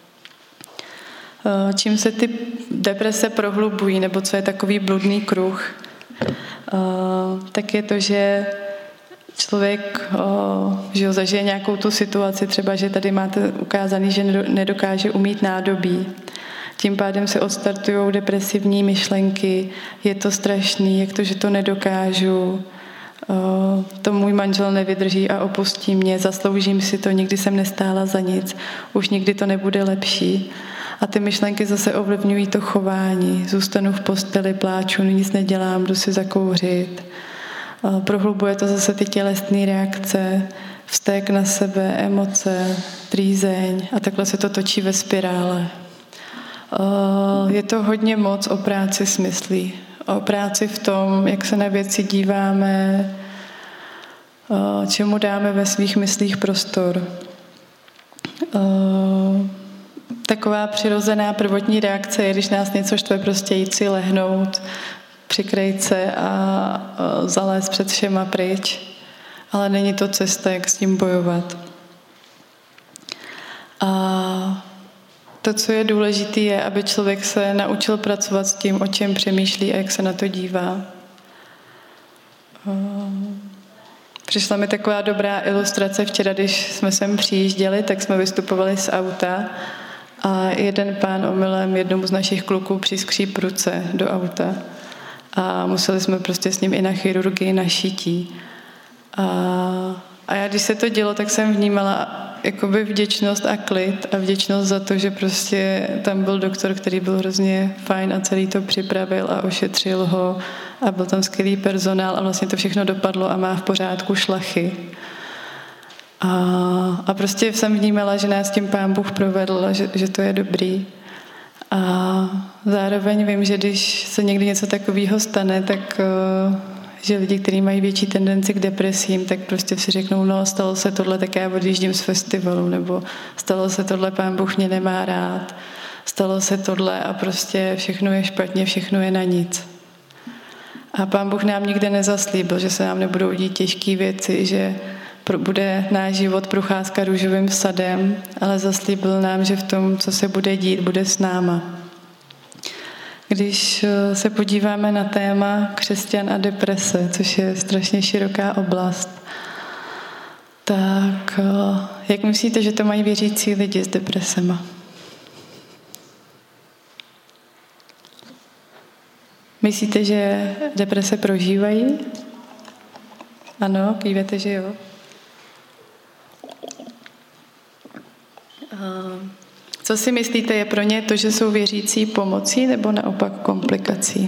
Čím se ty deprese prohlubují, nebo co je takový bludný kruh, tak je to, že člověk že zažije nějakou tu situaci, třeba, že tady máte ukázaný, že nedokáže umýt nádobí. Tím pádem se odstartují depresivní myšlenky, je to strašný, jak to, že to nedokážu, to můj manžel nevydrží a opustí mě, zasloužím si to, nikdy jsem nestála za nic, už nikdy to nebude lepší. A ty myšlenky zase ovlivňují to chování. Zůstanu v posteli, pláču, nic nedělám, jdu si zakouřit. Prohlubuje to zase ty tělesné reakce, vztek na sebe, emoce, trýzeň a takhle se to točí ve spirále. Je to hodně moc o práci s myslí, o práci v tom, jak se na věci díváme, čemu dáme ve svých myslích prostor. Taková přirozená prvotní reakce je, když nás něco štve, prostě jít si lehnout, přikrýt se a zalézt před všema pryč. Ale není to cesta, jak s tím bojovat. A to, co je důležité, je, aby člověk se naučil pracovat s tím, o čem přemýšlí a jak se na to dívá. Přišla mi taková dobrá ilustrace. Včera, když jsme sem přijížděli, tak jsme vystupovali z auta a jeden pán omylem jednomu z našich kluků přiskříp ruce do auta. A museli jsme prostě s ním i na chirurgii, na šití. A já, když se to dělo, tak jsem vnímala jakoby vděčnost a klid a vděčnost za to, že prostě tam byl doktor, který byl hrozně fajn a celý to připravil a ošetřil ho a byl tam skvělý personál a vlastně to všechno dopadlo a má v pořádku šlachy. A prostě jsem vnímala, že nás tím Pán Bůh provedl a že to je dobrý. A zároveň vím, že když se někdy něco takového stane, tak že lidi, kteří mají větší tendenci k depresím, tak prostě si řeknou, no stalo se tohle, tak já odjíždím z festivalu, nebo stalo se tohle, Pán Bůh mě nemá rád, stalo se tohle a prostě všechno je špatně, všechno je na nic. A Pán Bůh nám nikde nezaslíbil, že se nám nebudou dít těžké věci, že bude náš život procházka růžovým sadem, ale zaslíbil nám, že v tom, co se bude dít, bude s náma. Když se podíváme na téma křesťan a deprese, což je strašně široká oblast, tak jak myslíte, že to mají věřící lidi s depresema? Myslíte, že deprese prožívají? Ano, kývete, že jo? Co si myslíte, je pro ně to, že jsou věřící pomocí nebo naopak komplikací?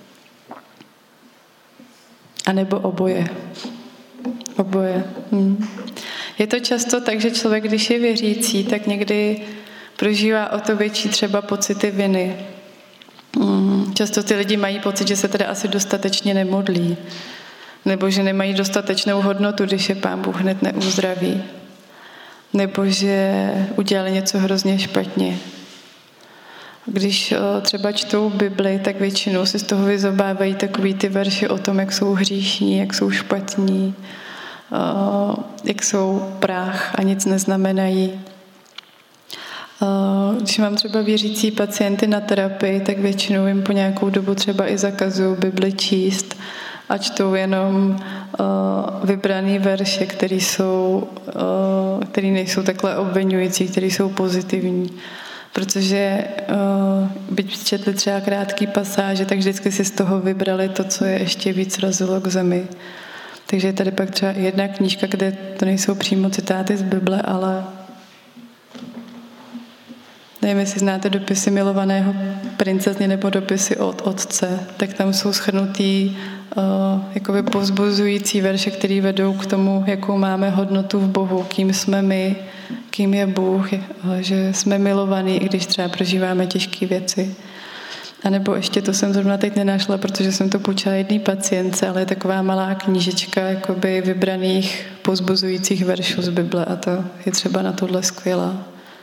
A nebo oboje? Oboje. Je to často tak, že člověk, když je věřící, tak někdy prožívá o to větší třeba pocity viny. Často ty lidi mají pocit, že se teda asi dostatečně nemodlí, nebo že nemají dostatečnou hodnotu, když je Pán Bůh hned neuzdraví, nebo že udělali něco hrozně špatně. Když třeba čtou Bibli, tak většinou si z toho vyzobávají takový ty verše o tom, jak jsou hříšní, jak jsou špatní, jak jsou prach a nic neznamenají. Když mám třeba věřící pacienty na terapii, tak většinou jim po nějakou dobu třeba i zakazuju Bibli číst a čtou jenom vybraný verše, který nejsou takhle obviňující, který jsou pozitivní. Protože byť četli třeba krátký pasáže, tak vždycky si z toho vybrali to, co je ještě víc razilo k zemi. Takže je tady pak třeba jedna knížka, kde to nejsou přímo citáty z Bible, ale nevím, jestli znáte dopisy milovaného princezny nebo dopisy od otce, tak tam jsou shrnutý jakoby povzbuzující verše, které vedou k tomu, jakou máme hodnotu v Bohu, kým jsme my, kým je Bůh, že jsme milovaní, i když třeba prožíváme těžké věci. A nebo ještě to jsem zrovna teď nenašla, protože jsem to půjčila jedné pacientce, ale je taková malá knížečka jakoby vybraných povzbuzujících veršů z Bible a to je třeba na tohle skvělá.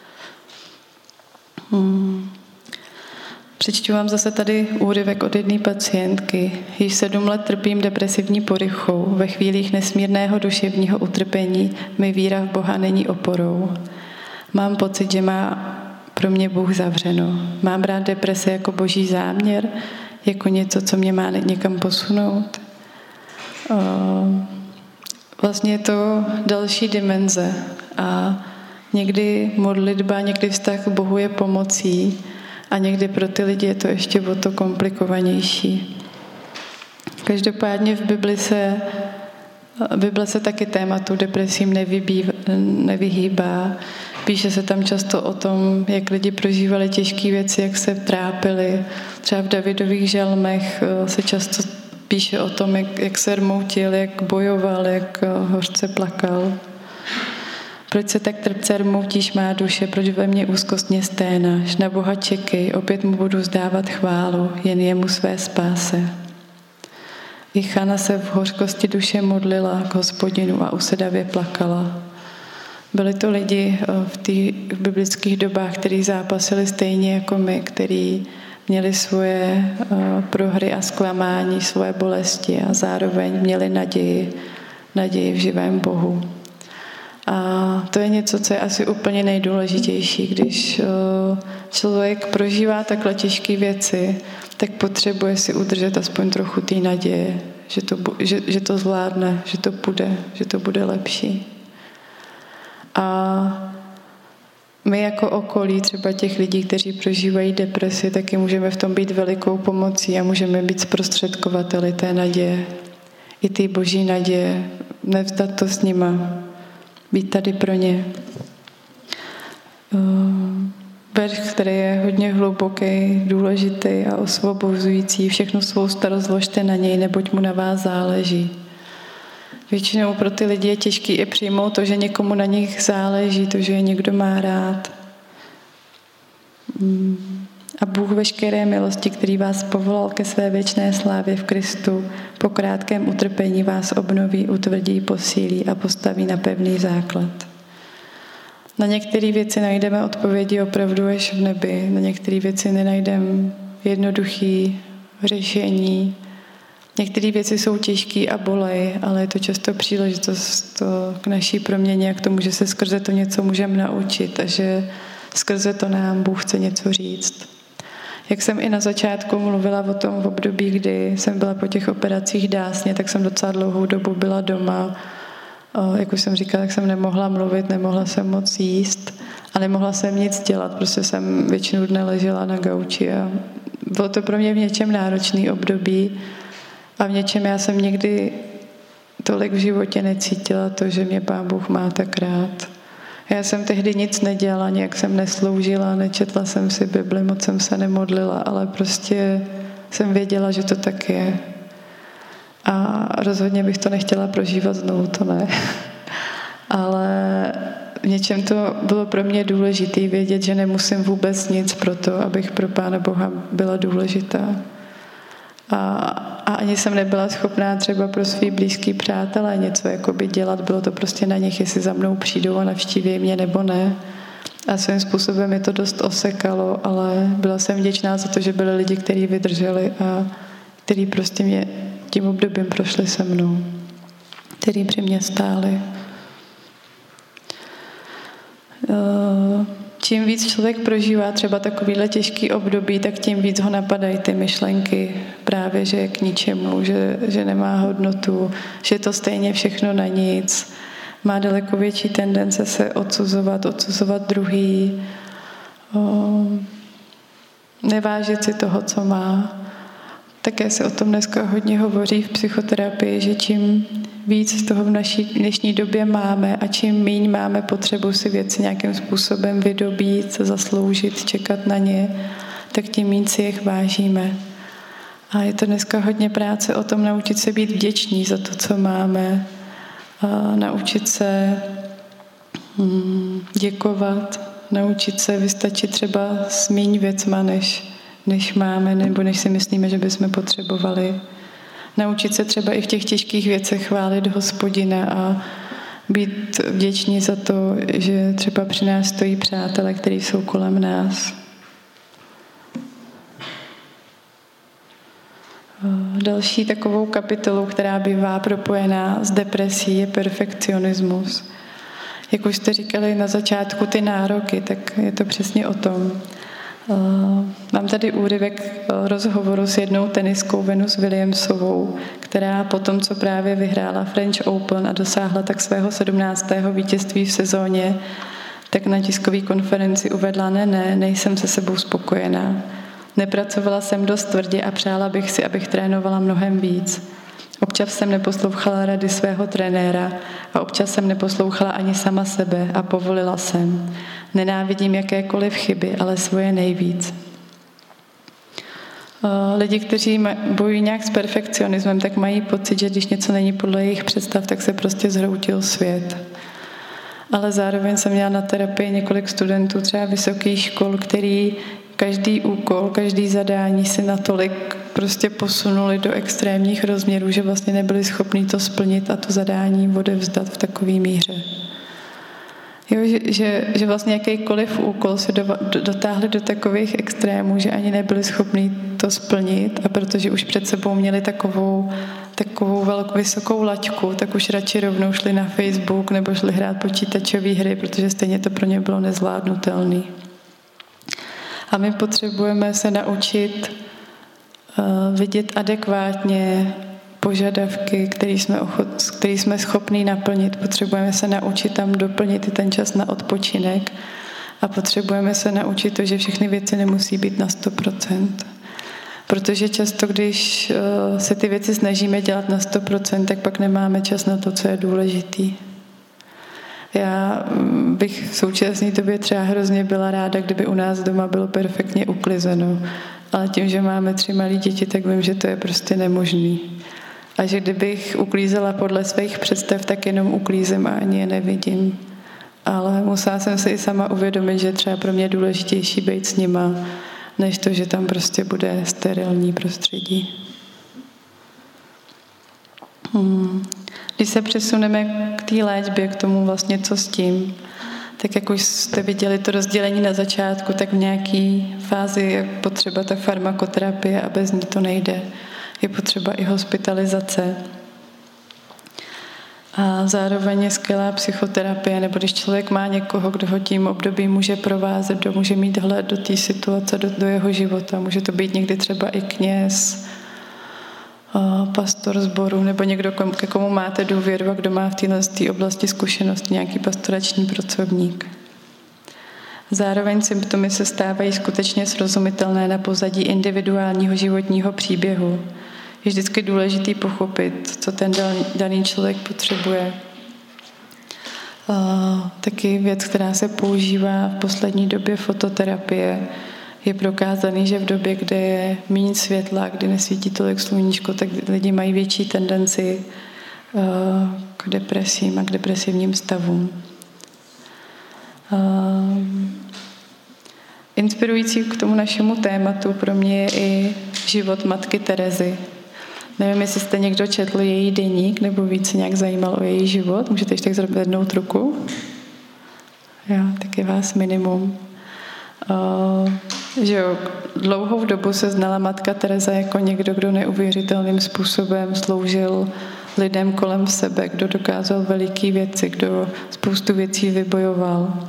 Přečtu vám zase tady úryvek od jedné pacientky. Již 7 let trpím depresivní poruchou. Ve chvílích nesmírného duševního utrpení mi víra v Boha není oporou. Mám pocit, že má pro mě Bůh zavřeno. Mám brát deprese jako boží záměr, jako něco, co mě má někam posunout. Vlastně je to další dimenze a někdy modlitba, někdy vztah k Bohu je pomocí a někdy pro ty lidi je to ještě o to komplikovanější. Každopádně v Bible se taky tématu depresím nevyhýbá. Píše se tam často o tom, jak lidi prožívali těžké věci, jak se trápili. Třeba v Davidových žalmech se často píše o tom, jak se rmoutil, jak bojoval, jak hořce plakal. Proč se tak trpce rmoutíš, má duše, proč ve mně úzkostně sténáš? Na Boha čekej, opět mu budu vzdávat chválu, jen jemu své spáse. I Chana se v hořkosti duše modlila k Hospodinu a usedavě plakala. Byli to lidi v biblických dobách, kteří zápasili stejně jako my, kteří měli svoje prohry a zklamání, svoje bolesti a zároveň měli naději v živém Bohu. A to je něco, co je asi úplně nejdůležitější. Když člověk prožívá takhle těžké věci, tak potřebuje si udržet aspoň trochu té naděje, že to zvládne, že to bude lepší. A my jako okolí třeba těch lidí, kteří prožívají depresi, taky můžeme v tom být velikou pomocí a můžeme být zprostředkovateli té naděje. I té boží naděje, nevzdat to s nima, být tady pro ně. Verš, který je hodně hluboký, důležitý a osvobozující. Všechnu svou starost zložte na něj, neboť mu na vás záleží. Většinou pro ty lidi je těžké i přijmout to, že někomu na nich záleží, to, že je někdo má rád. A Bůh veškeré milosti, který vás povolal ke své věčné slávě v Kristu, po krátkém utrpení vás obnoví, utvrdí, posílí a postaví na pevný základ. Na některé věci najdeme odpovědi opravdu až v nebi, na některé věci nenajdeme jednoduché řešení, Některé věci jsou těžké a bolej, ale je to často příležitost k naší proměně a k tomu, že se skrze to něco můžeme naučit a že skrze to nám Bůh chce něco říct. Jak jsem i na začátku mluvila o tom v období, kdy jsem byla po těch operacích dásně, tak jsem docela dlouhou dobu byla doma. Jak už jsem říkala, tak jsem nemohla mluvit, nemohla jsem moc jíst a nemohla jsem nic dělat. Prostě jsem většinu dne ležela na gauči a bylo to pro mě v něčem náročný období a v něčem já jsem někdy tolik v životě necítila to, že mě Pán Bůh má tak rád. Já jsem tehdy nic nedělala, nějak jsem nesloužila, nečetla jsem si Bibli, moc jsem se nemodlila, ale prostě jsem věděla, že to tak je. A rozhodně bych to nechtěla prožívat znovu, to ne. Ale v něčem to bylo pro mě důležité vědět, že nemusím vůbec nic pro to, abych pro Pána Boha byla důležitá. A ani jsem nebyla schopná třeba pro svý blízký přátelé něco jakoby dělat. Bylo to prostě na nich, jestli za mnou přijdou a navštíví mě nebo ne. A svým způsobem mě to dost osekalo, ale byla jsem vděčná za to, že byli lidi, kteří vydrželi a kteří prostě mě tím obdobím prošli se mnou. Kteří při mě stáli. Čím víc člověk prožívá třeba takovýhle těžký období, tak tím víc ho napadají ty myšlenky právě, že je k ničemu, že nemá hodnotu, že je to stejně všechno na nic. Má daleko větší tendence se odsuzovat druhý, nevážit si toho, co má. Také se o tom dneska hodně hovoří v psychoterapii, že čím víc z toho v naší dnešní době máme a čím míň máme potřebu si věci nějakým způsobem vydobít, zasloužit, čekat na ně, tak tím méně si jich vážíme. A je to dneska hodně práce o tom naučit se být vděční za to, co máme, a naučit se děkovat, naučit se vystačit třeba s méně věcma, než máme, nebo než si myslíme, že bychom potřebovali. Naučit se třeba i v těch těžkých věcech chválit Hospodina a být vděční za to, že třeba při nás stojí přátelé, kteří jsou kolem nás. Další takovou kapitolou, která bývá propojená s depresí, je perfekcionismus. Jak už jste říkali na začátku ty nároky, tak je to přesně o tom. Mám tady úryvek rozhovoru s jednou teniskou Venus Williamsovou, která po tom, co právě vyhrála French Open a dosáhla tak svého 17. vítězství v sezóně, tak na tiskové konferenci uvedla, nejsem se sebou spokojená. Nepracovala jsem dost tvrdě a přála bych si, abych trénovala mnohem víc. Občas jsem neposlouchala rady svého trenéra a občas jsem neposlouchala ani sama sebe a povolila jsem. Nenávidím jakékoliv chyby, ale svoje nejvíc. Lidi, kteří bojují nějak s perfekcionismem, tak mají pocit, že když něco není podle jejich představ, tak se prostě zhroutil svět. Ale zároveň jsem měla na terapii několik studentů třeba vysokých škol, který každý úkol, každý zadání si natolik prostě posunuli do extrémních rozměrů, že vlastně nebyli schopni to splnit a to zadání odevzdat v takové míře. Jo, že vlastně jakýkoliv úkol se dotáhli do takových extrémů, že ani nebyli schopni to splnit a protože už před sebou měli takovou vysokou laťku, tak už radši rovnou šli na Facebook nebo šli hrát počítačové hry, protože stejně to pro ně bylo nezvládnutelné. A my potřebujeme se naučit vidět adekvátně požadavky, který jsme schopní naplnit. Potřebujeme se naučit tam doplnit i ten čas na odpočinek a potřebujeme se naučit to, že všechny věci nemusí být na 100%. Protože často, když se ty věci snažíme dělat na 100%, tak pak nemáme čas na to, co je důležitý. Já bych v současné době třeba hrozně byla ráda, kdyby u nás doma bylo perfektně uklizeno. Ale tím, že máme 3 malé děti, tak vím, že to je prostě nemožný. A že kdybych uklízela podle svých představ, tak jenom uklízím a ani je nevidím. Ale musela jsem si i sama uvědomit, že třeba pro mě je důležitější být s nima, než to, že tam prostě bude sterilní prostředí. Když se přesuneme k té léčbě, k tomu vlastně co s tím, tak jak už jste viděli to rozdělení na začátku, tak v nějaké fázi je potřeba ta farmakoterapie a bez ní to nejde. je potřeba i hospitalizace. A zároveň je skvělá psychoterapie, nebo když člověk má někoho, kdo ho tím období může provázet, kdo může mít hled do té situace, do jeho života. Může to být někdy třeba i kněz, pastor sboru, nebo někdo, ke komu máte důvěru a kdo má v této oblasti zkušenosti, nějaký pastorační pracovník. Zároveň symptomy se stávají skutečně srozumitelné na pozadí individuálního životního příběhu. Je vždycky důležitý pochopit, co ten daný člověk potřebuje. Taky věc, která se používá v poslední době, fototerapie. Je prokázaný, že v době, kde je méně světla, kdy nesvítí tolik sluníčko, tak lidi mají větší tendenci k depresím a k depresivním stavům. Inspirující k tomu našemu tématu pro mě je i život matky Terezy. Nevím, jestli jste někdo četl její deník, nebo víc nějak zajímal o její život. Můžete ještě tak zvednout ruku? Jo, tak je vás minimum. Že jo, dlouhou dobu se znala matka Tereza jako někdo, kdo neuvěřitelným způsobem sloužil lidem kolem sebe, kdo dokázal veliké věci, kdo spoustu věcí vybojoval.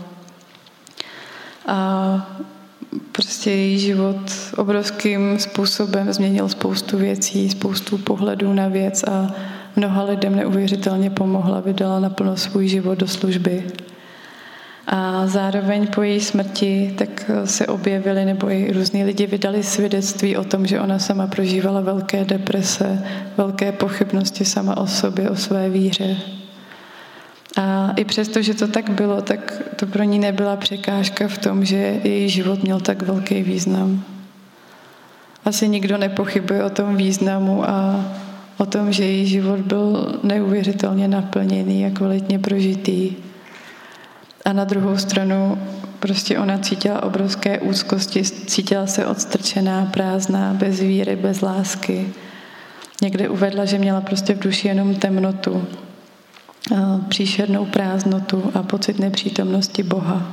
A prostě její život obrovským způsobem změnil spoustu věcí, spoustu pohledů na věc a mnoha lidem neuvěřitelně pomohla, vydala naplno svůj život do služby. A zároveň po její smrti tak se objevili, nebo i různí lidi vydali svědectví o tom, že ona sama prožívala velké deprese, velké pochybnosti sama o sobě, o své víře. A i přesto, že to tak bylo, tak to pro ní nebyla překážka v tom, že její život měl tak velký význam. Asi nikdo nepochybuje o tom významu a o tom, že její život byl neuvěřitelně naplněný a kvalitně prožitý. A na druhou stranu prostě ona cítila obrovské úzkosti, cítila se odstrčená, prázdná, bez víry, bez lásky. Někde uvedla, že měla prostě v duši jenom temnotu, příšernou prázdnotu a pocit nepřítomnosti Boha.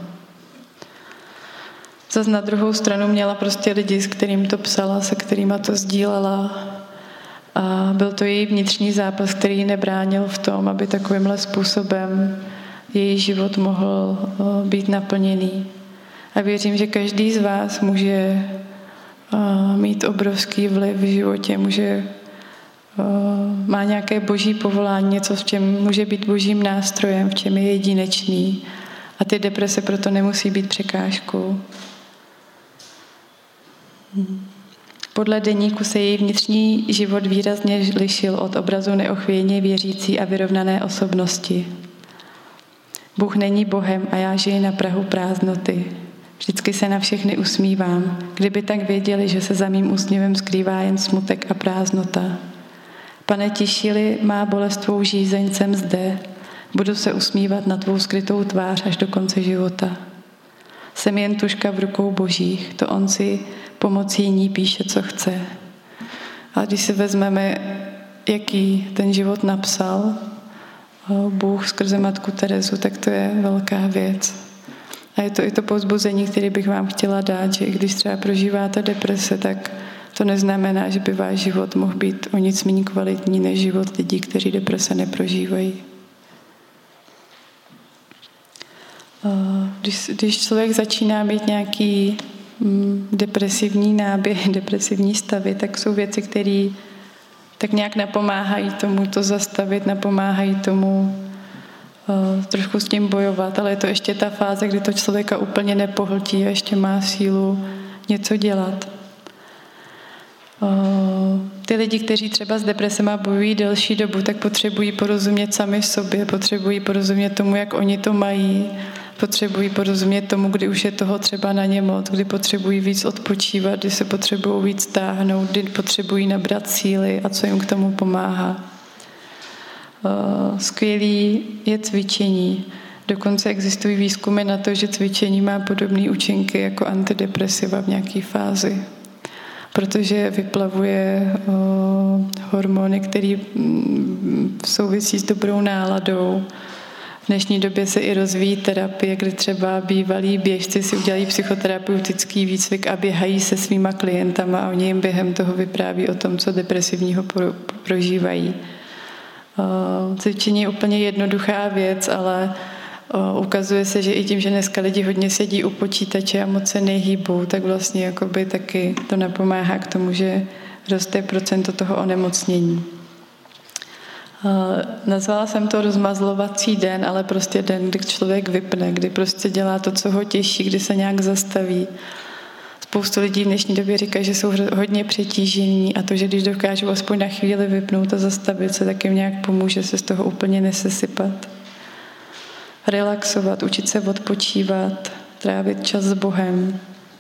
Zas na druhou stranu měla prostě lidi, s kterým to psala, se kterýma to sdílela. A byl to její vnitřní zápas, který ji nebránil v tom, aby takovýmhle způsobem její život mohl být naplněný. A věřím, že každý z vás může mít obrovský vliv v životě, má nějaké boží povolání, něco, v čem může být božím nástrojem, v čem je jedinečný. A ty deprese proto nemusí být překážkou. Podle deníku se její vnitřní život výrazně lišil od obrazu neochvějně věřící a vyrovnané osobnosti. Bůh není Bohem a já žiji na prahu prázdnoty. Vždycky se na všechny usmívám, kdyby tak věděli, že se za mým úsměvem skrývá jen smutek a prázdnota. Pane, tiší-li má bolest tvou žízeň, jsem zde. Budu se usmívat na tvou skrytou tvář až do konce života. Jsem jen tužka v rukou božích, to on si pomocí ní píše, co chce. A když si vezmeme, jaký ten život napsal Bůh skrze matku Terezu, tak to je velká věc. A je to i to povzbuzení, které bych vám chtěla dát, že i když třeba prožíváte deprese, tak to neznamená, že by váš život mohl být o nic méně kvalitní než život lidí, kteří deprese neprožívají. Když člověk začíná mít nějaký depresivní náběh, depresivní stavy, tak jsou věci, které tak nějak napomáhají tomu to zastavit, napomáhají tomu trošku s tím bojovat, ale je to ještě ta fáze, kdy to člověka úplně nepohltí a ještě má sílu něco dělat. Ty lidi, kteří třeba s depresema bojují delší dobu, tak potřebují porozumět sami sobě, potřebují porozumět tomu, jak oni to mají, potřebují porozumět tomu, kdy už je toho třeba na ně moc, kdy potřebují víc odpočívat, kdy se potřebují víc stáhnout, kdy potřebují nabrat síly a co jim k tomu pomáhá. Skvělý je cvičení. Dokonce existují výzkumy na to, že cvičení má podobné účinky jako antidepresiva v nějaké fázi, protože vyplavuje hormony, které souvisí s dobrou náladou. V dnešní době se i rozvíjí terapie, kdy třeba bývalí běžci si udělají psychoterapeutický výcvik a běhají se svýma klientama a oni jim během toho vypráví o tom, co depresivního prožívají. Cvičení je úplně jednoduchá věc, ale ukazuje se, že i tím, že dneska lidi hodně sedí u počítače a moc se nehýbou, tak vlastně jakoby taky to napomáhá k tomu, že roste procento toho onemocnění. Nazvala jsem to rozmazlovací den, ale prostě den, kdy člověk vypne, kdy prostě dělá to, co ho těší, kdy se nějak zastaví. Spoustu lidí v dnešní době říká, že jsou hodně přetížení a to, že když dokážou aspoň na chvíli vypnout a zastavit se, tak jim nějak pomůže se z toho úplně nesesypat. Relaxovat, učit se odpočívat, trávit čas s Bohem.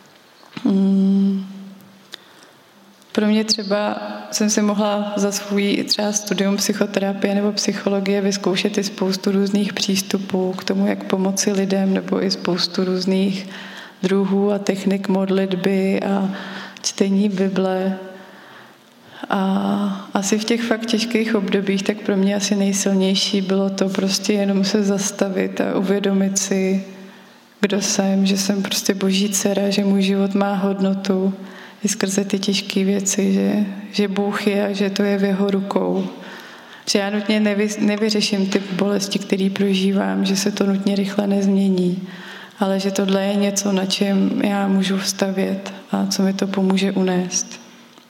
Pro mě třeba jsem si mohla za svůj třeba studium psychoterapie nebo psychologie vyzkoušet i spoustu různých přístupů k tomu, jak pomoci lidem, nebo i spoustu různých druhů a technik modlitby a čtení Bible. A asi v těch fakt těžkých obdobích, tak pro mě asi nejsilnější bylo to prostě jenom se zastavit a uvědomit si, kdo jsem, že jsem prostě Boží dcera, že můj život má hodnotu i skrze ty těžké věci, že Bůh je a že to je v jeho rukou. Že já nutně nevyřeším ty bolesti, které prožívám, že se to nutně rychle nezmění, ale že tohle je něco, na čem já můžu vstavět a co mi to pomůže unést.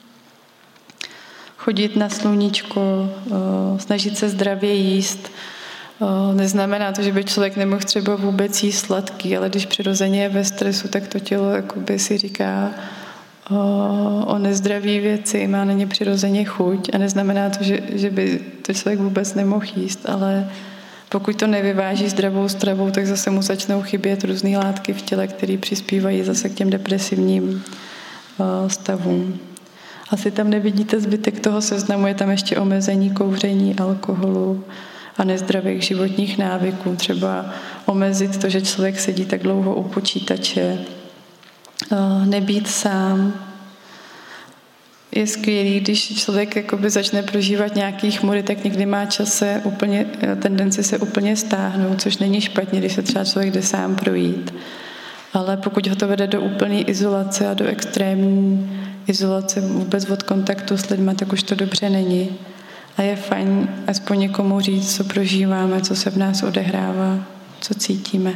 Chodit na sluníčko, snažit se zdravě jíst. Neznamená to, že by člověk nemohl třeba vůbec jíst sladký, ale když přirozeně je ve stresu, tak to tělo jakoby si říká o nezdraví věci, má na ně přirozeně chuť a neznamená to, že by to člověk vůbec nemohl jíst, ale pokud to nevyváží zdravou stravou, tak zase mu začnou chybět různé látky v těle, které přispívají zase k těm depresivním stavům. Asi tam nevidíte zbytek toho seznamu, je tam ještě omezení kouření, alkoholu a nezdravých životních návyků. Třeba omezit to, že člověk sedí tak dlouho u počítače, nebýt sám. Je skvělý, když člověk jakoby začne prožívat nějaký chmury, tak někdy má tendenci se úplně stáhnout, což není špatně, když se třeba člověk jde sám projít. Ale pokud ho to vede do úplné izolace a do extrémní izolace vůbec od kontaktu s lidmi, tak už to dobře není. A je fajn aspoň někomu říct, co prožíváme, co se v nás odehrává, co cítíme.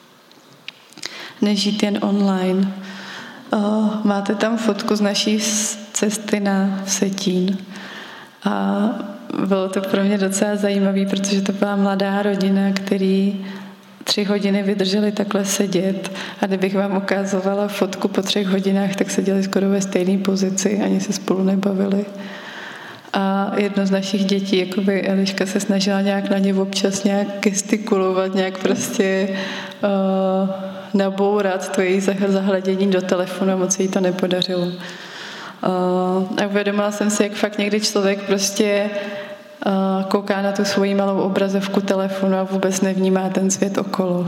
Nežít jen online. Máte tam fotku z naší cesty na Vsetín. A bylo to pro mě docela zajímavé, protože to byla mladá rodina, který 3 hodiny vydrželi takhle sedět. A kdybych vám ukázovala fotku po 3 hodinách, tak seděli skoro ve stejné pozici, ani se spolu nebavili. A jedno z našich dětí, jakoby Eliška, se snažila nějak na ně občas nějak gestikulovat, nějak prostě nabourat to její zahledění do telefonu, moc se jí to nepodařilo. A uvědomila jsem si, jak fakt někdy člověk prostě kouká na tu svoji malou obrazovku telefonu a vůbec nevnímá ten svět okolo.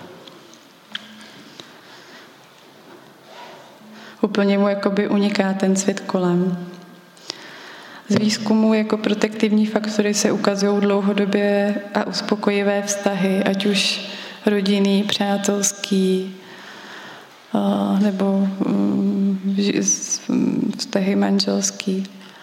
Úplně mu jakoby uniká ten svět kolem. Z výzkumu jako protektivní faktory se ukazují dlouhodobě a uspokojivé vztahy, ať už rodinný, přátelský, nebo vztahy manželský.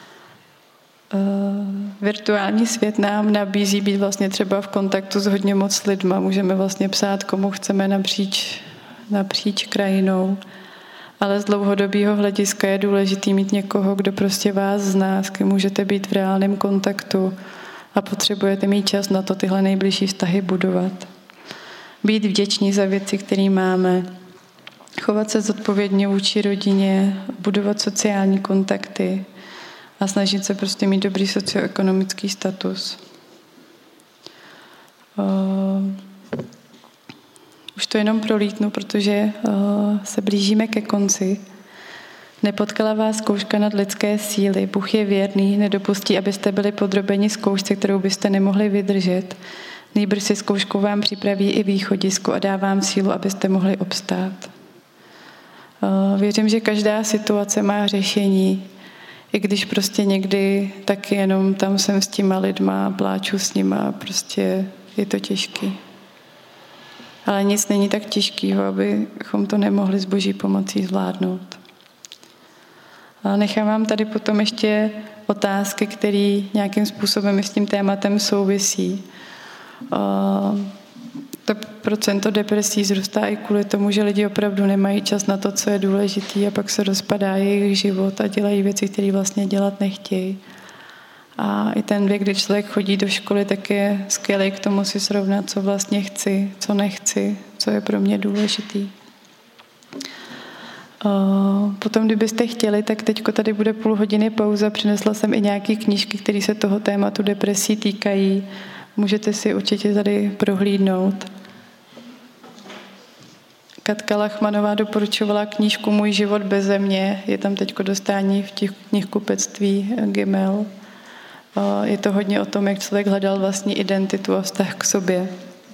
Virtuální svět nám nabízí být vlastně třeba v kontaktu s hodně moc lidma. Můžeme vlastně psát, komu chceme napříč krajinou. Ale z dlouhodobého hlediska je důležité mít někoho, kdo prostě vás zná, s kým můžete být v reálném kontaktu a potřebujete mít čas na to tyhle nejbližší vztahy budovat. Být vděční za věci, které máme, chovat se zodpovědně vůči rodině, budovat sociální kontakty a snažit se prostě mít dobrý socioekonomický status. Už to jenom prolítnu, protože se blížíme ke konci. Nepotkala vás zkouška nad lidské síly. Bůh je věrný, nedopustí, abyste byli podrobeni zkoušce, kterou byste nemohli vydržet. Nýbrž si zkouškou vám připraví i východisko a dá vám sílu, abyste mohli obstát. Věřím, že každá situace má řešení, i když prostě někdy taky jenom tam jsem s těma lidma, pláču s nima, prostě je to těžký. Ale nic není tak těžkého, abychom to nemohli s Boží pomocí zvládnout. A nechám vám tady potom ještě otázky, které nějakým způsobem s tím tématem souvisí. To procento depresí zrůstá i kvůli tomu, že lidi opravdu nemají čas na to, co je důležitý, a pak se rozpadá jejich život a dělají věci, které vlastně dělat nechtějí. A i ten věk, kdy člověk chodí do školy, tak je skvělý k tomu si srovnat, co vlastně chci, co nechci, co je pro mě důležitý. Potom, kdybyste chtěli, tak teďko tady bude půl hodiny pauza. Přinesla jsem i nějaké knížky, které se toho tématu depresí týkají. Můžete si určitě tady prohlídnout. Katka Lachmanová doporučovala knížku Můj život beze mě. Je tam teďko dostání v knihkupectví Gimel. Je to hodně o tom, jak člověk hledal vlastní identitu a vztah k sobě.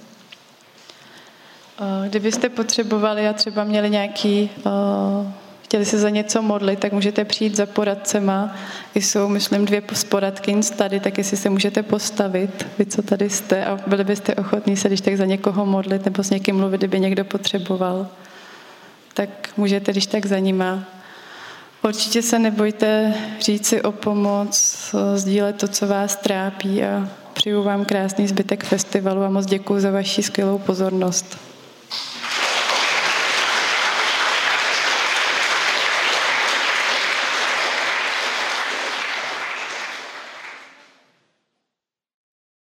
Kdybyste potřebovali a třeba měli chtěli se za něco modlit, tak můžete přijít za poradcema. Jsou, myslím, 2 poradkyň tady, tak jestli se můžete postavit, vy, co tady jste, a byli byste ochotní se když tak za někoho modlit nebo s někým mluvit, kdyby někdo potřeboval, tak můžete když tak za nima. Určitě se nebojte říct si o pomoc, sdílet to, co vás trápí, a přeju vám krásný zbytek festivalu a moc děkuji za vaši skvělou pozornost.